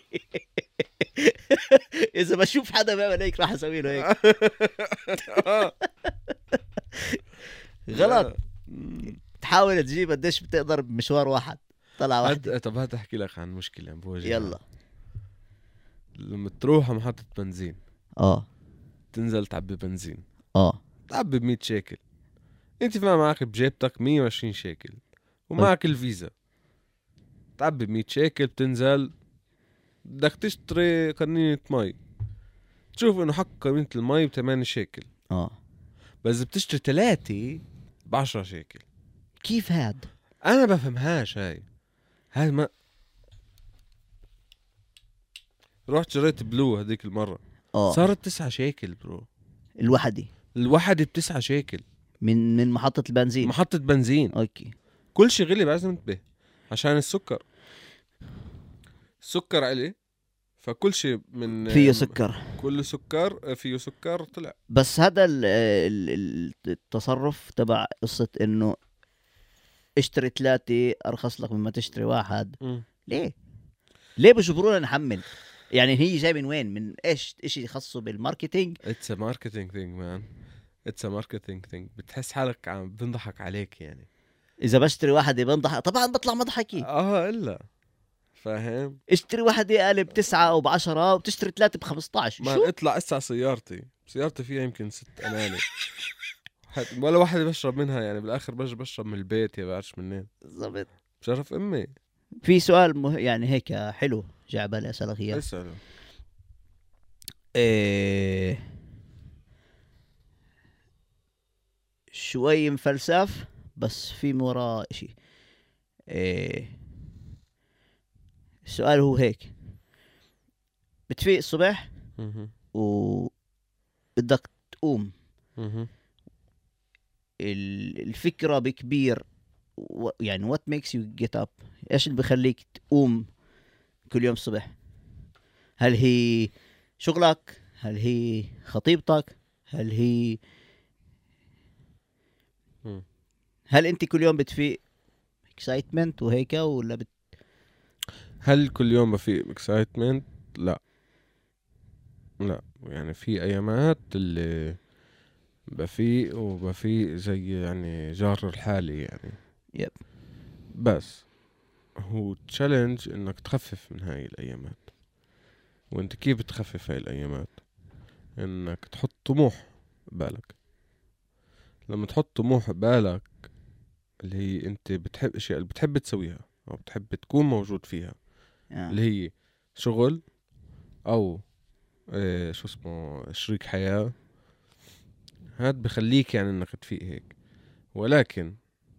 اذا بشوف حدا بيعمل هيك راح اسوي له هيك. غلط. تحاول تجيب قديش بتقدر بمشوار واحد. طلع واحد. طب هات احكي لك عن مشكله بوجهي. يلا. لما تروح محطه بنزين تنزل تعبي بنزين. تعبي ب100 شيكل. انت فاهم معك بجيبتك 120 شيكل ومعك الفيزا. تعبي ب100 شيكل بتنزل بدك تشتري قنينة مي. تشوف انه حق قنينة المي ب8 شيكل. بس بتشتري 3 ب10 شيكل. كيف هاد؟ انا بفهمهاش. هاي ما رحت شريت بلو هذيك المرة صارت 9 شيكل برو. الوحدة ب9 شيكل من محطة البنزين. محطة بنزين. اوكي. كل شيء غلي، لازم انتبه عشان السكر علي، فكل شيء من فيه سكر، كل سكر فيه سكر طلع. بس هذا التصرف تبع قصة انه اشتري 3 ارخص لك مما تشتري 1. ليه بجبرونا نحمل؟ يعني هي جاي من وين؟ من ايش؟ اشي يخصه بالماركتينج. It's a marketing thing man. It's a marketing thing. بتحس حالك عم بنضحك عليك يعني. اذا بشتري 1 بنضحك طبعا، بطلع مضحكي. الا فاهم. اشتري 1 قالب 9 أو ب10 وبتشتري 3 ب15. ما اطلع اسع سيارتي فيها يمكن 6 أناني ولا واحد بشرب منها يعني. بالاخر بشرب من البيت، يا بعرفش منين بالضبط. بشرف امي. في سؤال يعني هيك حلو جاء على بالي اسالك اياه. اساله. شوي مفلسف بس في وراه اشي. السؤال هو هيك: بتفيق الصبح وبدك تقوم، الفكرة بكبير يعني what makes you get up؟ ايش اللي بخليك تقوم كل يوم الصبح؟ هل هي شغلك؟ هل هي خطيبتك؟ هل انت كل يوم بتفيق excitement وهيك ولا هل كل يوم بفيق excitement؟ لا يعني في ايامات اللي بفيق زي يعني جار الحالي يعني. بس هو تشالنج انك تخفف من هاي الايامات. وانت كيف بتخفف هاي الايامات؟ انك تحط طموح بالك. لما تحط طموح بالك اللي هي انت بتحب اشياء اللي بتحب تسويها او بتحب تكون موجود فيها، اللي هي شغل او شو اسمه شريك حياة، هاد بخليك يعني انك تفيق هيك. ولكن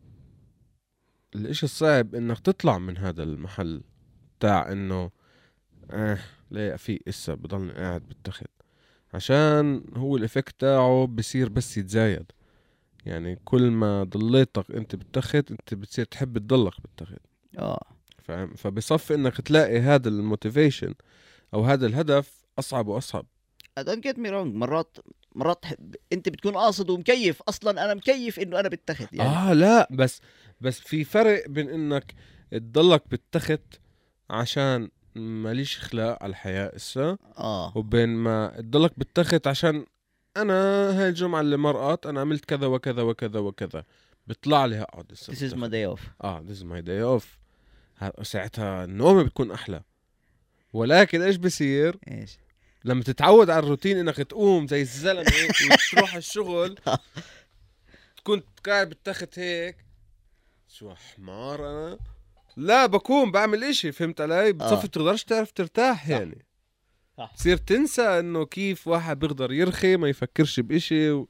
الاشي الصعب انك تطلع من هذا المحل تاع انه ليه افيق اسا بضلني قاعد بالتخت، عشان هو الافكت تاعه بصير بس يتزايد. يعني كل ما ضليتك انت بالتخت انت بتصير تحب تضلك بالتخت. فاهم؟ فبصفي انك تلاقي هذا الموتيفيشن او هذا الهدف اصعب واصعب. don't get me wrong. مرات انت بتكون قاصد ومكيف اصلا. انا مكيف انه انا بالتخت يعني. لا بس في فرق بين انك تضلك بالتخت عشان ماليش اخلاق على الحياة اسا وبين ما تضلك بالتخت عشان انا هاي الجمعة اللي مرقت انا عملت كذا وكذا وكذا وكذا، بيطلع لي هقعد this is my day off. this is my day off. ساعتها النوم بتكون احلى. ولكن ايش بصير؟ لما تتعود على الروتين انك تقوم زي الزلمة وتروح الشغل تكون قاعد بالتخت هيك شو حمار انا. لا بكون بعمل اشي. فهمت علي؟ بتصفي تقدرش تعرف ترتاح يعني. تصير تنسى انه كيف واحد بيقدر يرخي ما يفكرش باشي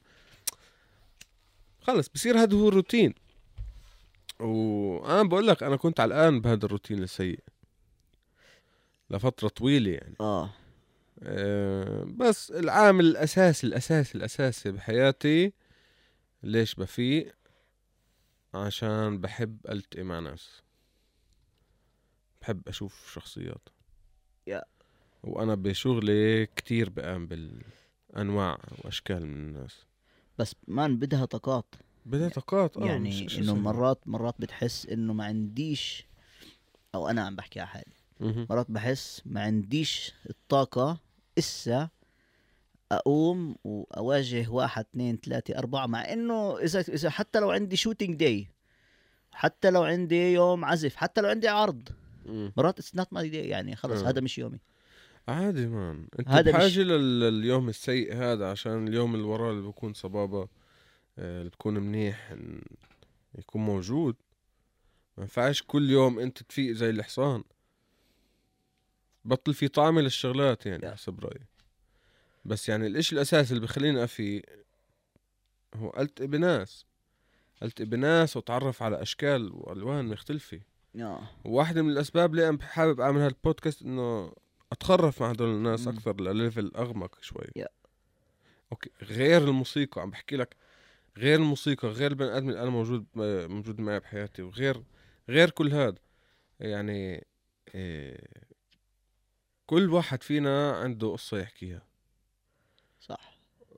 خلص بصير هذا هو الروتين. وانا بقول لك انا كنت علقان بهذا الروتين السيء لفترة طويلة يعني. بس العامل الاساسي بحياتي ليش بفيق؟ عشان بحب التقي مع ناس، بحب اشوف شخصيات. وانا بشغلي كتير بقام بالانواع واشكال من الناس. بس بدها طاقات يعني انه مرات بتحس انه ما عنديش، او انا عم بحكي على حالي مرات بحس ما عنديش الطاقة اسا اقوم واواجه 1 2 3 4. مع انه اذا حتى لو عندي شوتينج داي، حتى لو عندي يوم عزف، حتى لو عندي عرض، مرات it's not my day يعني. خلص هذا مش يومي عادي مان. انت بحاجة لليوم السيء هذا عشان اليوم اللي وراه اللي بكون صبابة اللي بكون منيح يكون موجود. ما ينفعش كل يوم انت تفيق زي الحصان. بطل في طعم للشغلات يعني حسب رأيي. بس يعني الاشي الاساسي اللي بخليني افيق هو التقي بناس وتعرف على اشكال والوان مختلفة. واحدة من الاسباب اللي انا حابب اعمل هالبودكاست انه اتخرف مع هدول الناس اكثر لليفل اغمق شوي. اوكي غير الموسيقى عم بحكي لك، غير الموسيقى، غير البني ادم اللي انا موجود معي بحياتي، وغير كل هذا يعني كل واحد فينا عنده قصة يحكيها، صح،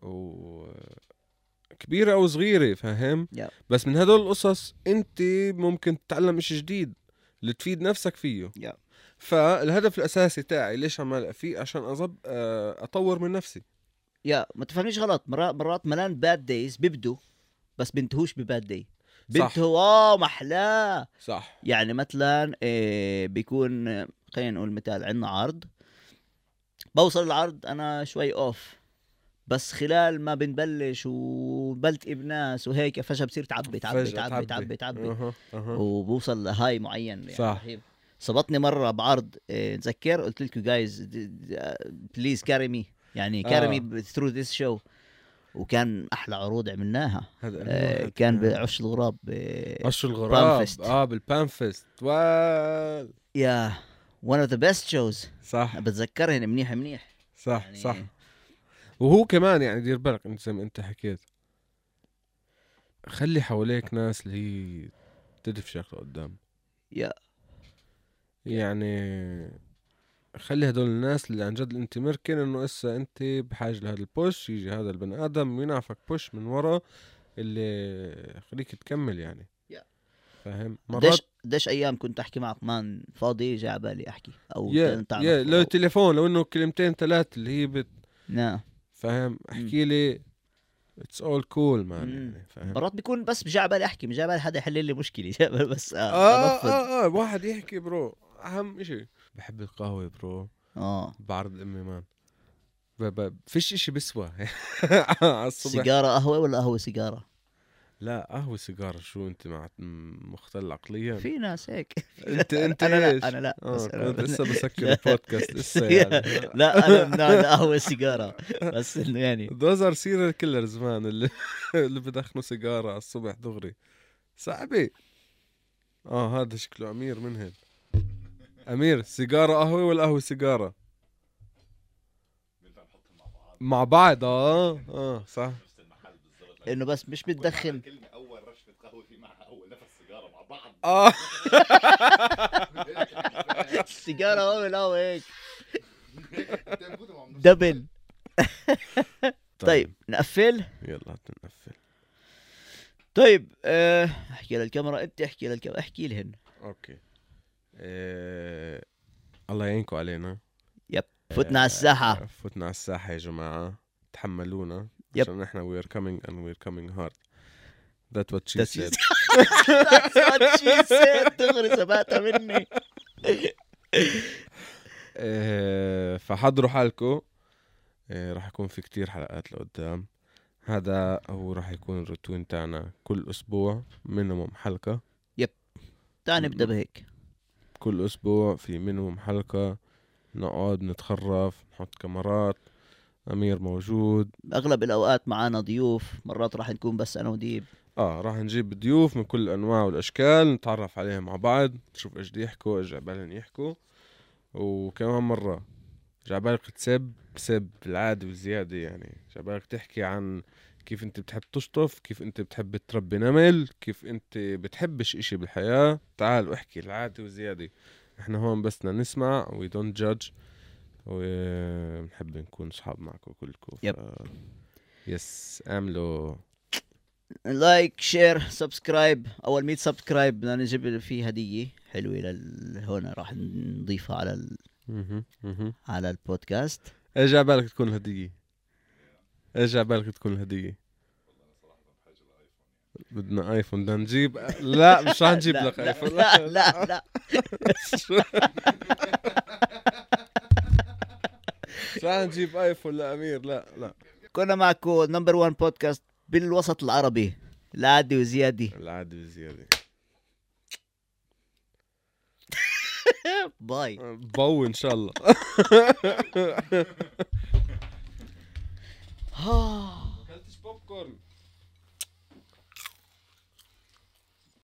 كبيرة أو صغيرة، فاهم؟ بس من هدول القصص أنت ممكن تتعلم إشي جديد اللي تفيد نفسك فيه. فالهدف الأساسي تاعي ليش عمال فيه عشان أطور من نفسي. ما تفهمنيش غلط، مرات ملان باد دايز بيبدو بس بنتهوش بباد داي، بنتهوا محلاه. صح. يعني مثلا بيكون خلينا نقول مثال، عندنا عرض، بوصل العرض أنا شوي أوف، بس خلال ما بنبلش وبلتقي بناس وهيك فجأة بصير تعبي وبوصل لهاي معين يعني. صح. صبتني مرة بعرض نذكر قلت لكم جايز بليز كاري مي، يعني كاري مي ثرو ذيس شو، وكان أحلى عروض عملناها. كان بعش الغراب، عش الغراب بالبانفست يا one of the best shows. صح، بتذكرهن منيح صح يعني. صح. وهو كمان يعني دير بالك انت زي ما انت حكيت، خلي حواليك ناس اللي هي تدفشك لقدام. يعني خلي هدول الناس اللي عن جد انت مركن انه اسا انت بحاجة لهذا البوش، يجي هذا البني ادم ينعفك بوش من ورا اللي خليك تكمل يعني. فاهم؟ مرات قديش ايام كنت احكي معك مان فاضي جاء بالي احكي او لو تليفون، لو انه كلمتين ثلاث اللي هي فاهم؟ احكي لي اتس اول كول مان يعني. فاهم؟ مرات بيكون بس بجاء بالي احكي، مش جاء بالي حدا يحل لي مشكله بس واحد يحكي برو. اهم اشي بحب القهوه برو. بعرض امي مان فيش اشي بسوى على الصبح. سيجاره قهوه ولا قهوه سيجاره؟ لا قهوه سيجاره. شو انت مع مختل عقليا؟ في ناس هيك. انت انا لا كنت لسه بسكر البودكاست لسه يعني. لا انا من قهوه سيجاره بس انه يعني دوزر سيريال كيلرز مان اللي بدخنوا سيجاره على الصبح دغري صاحبي. هذا شكله امير منهم. امير سيجاره قهوه ولا قهوه سيجاره مع بعض؟ صح. انه بس مش بتدخن اول رشفه قهوه في معها اول نفس سيجاره مع بعض. السيجاره هو هيك دبل. طيب نقفل. يلا نقفل. طيب احكي للكاميرا، انت احكي للكاميرا، احكي لهن. اوكي. الله يعينكم علينا. فتنا على الساحه. فتنا على الساحه يا جماعه، تحملونا عشان نحن we're coming and we're coming hard. That's what she said. That's what she said. دغري سمعتها مني. فحضروا حالكم، راح يكون في كتير حلقات لقدام. هذا هو راح يكون الروتين تاعنا، كل اسبوع مينيموم حلقة. تعال نبدأ بهيك. كل اسبوع في مينيموم حلقة، نقعد نتخرف، نحط كاميرات، أمير موجود. أغلب الأوقات معانا ضيوف، مرات راح نكون بس أنا وديب. راح نجيب ضيوف من كل الأنواع والأشكال، نتعرف عليهم مع بعض، نشوف إيش بدي يحكوا، إيش عبالهم يحكوا. وكمان مرة جعبالك تسب العادي والزيادة، يعني جعبالك تحكي عن كيف أنت بتحب تشطف، كيف أنت بتحب تربي نمل، كيف أنت بتحبش إشي بالحياة. تعال واحكي العادي والزيادة. إحنا هون بسنا نسمع we don't judge، ونحب نكون أصحاب معكم كلكم. يس، اعملوا لايك شير سبسكرايب. أول 100 سبسكرايب بدنا نجيب فيه هدية حلوة هون راح نضيفها على البودكاست. ايش عبالك تكون الهدية؟ ايش عبالك تكون الهدية؟ بدنا ايفون. بدنا نجيب لا مش راح نجيب لك ايفون. لا راح نجيب ايفون لأمير. لا كنا معكم نمبر 1 بودكاست بالوسط العربي، العادي وزيادة. باي باو ان شاء الله. اكلتش بوب كورن.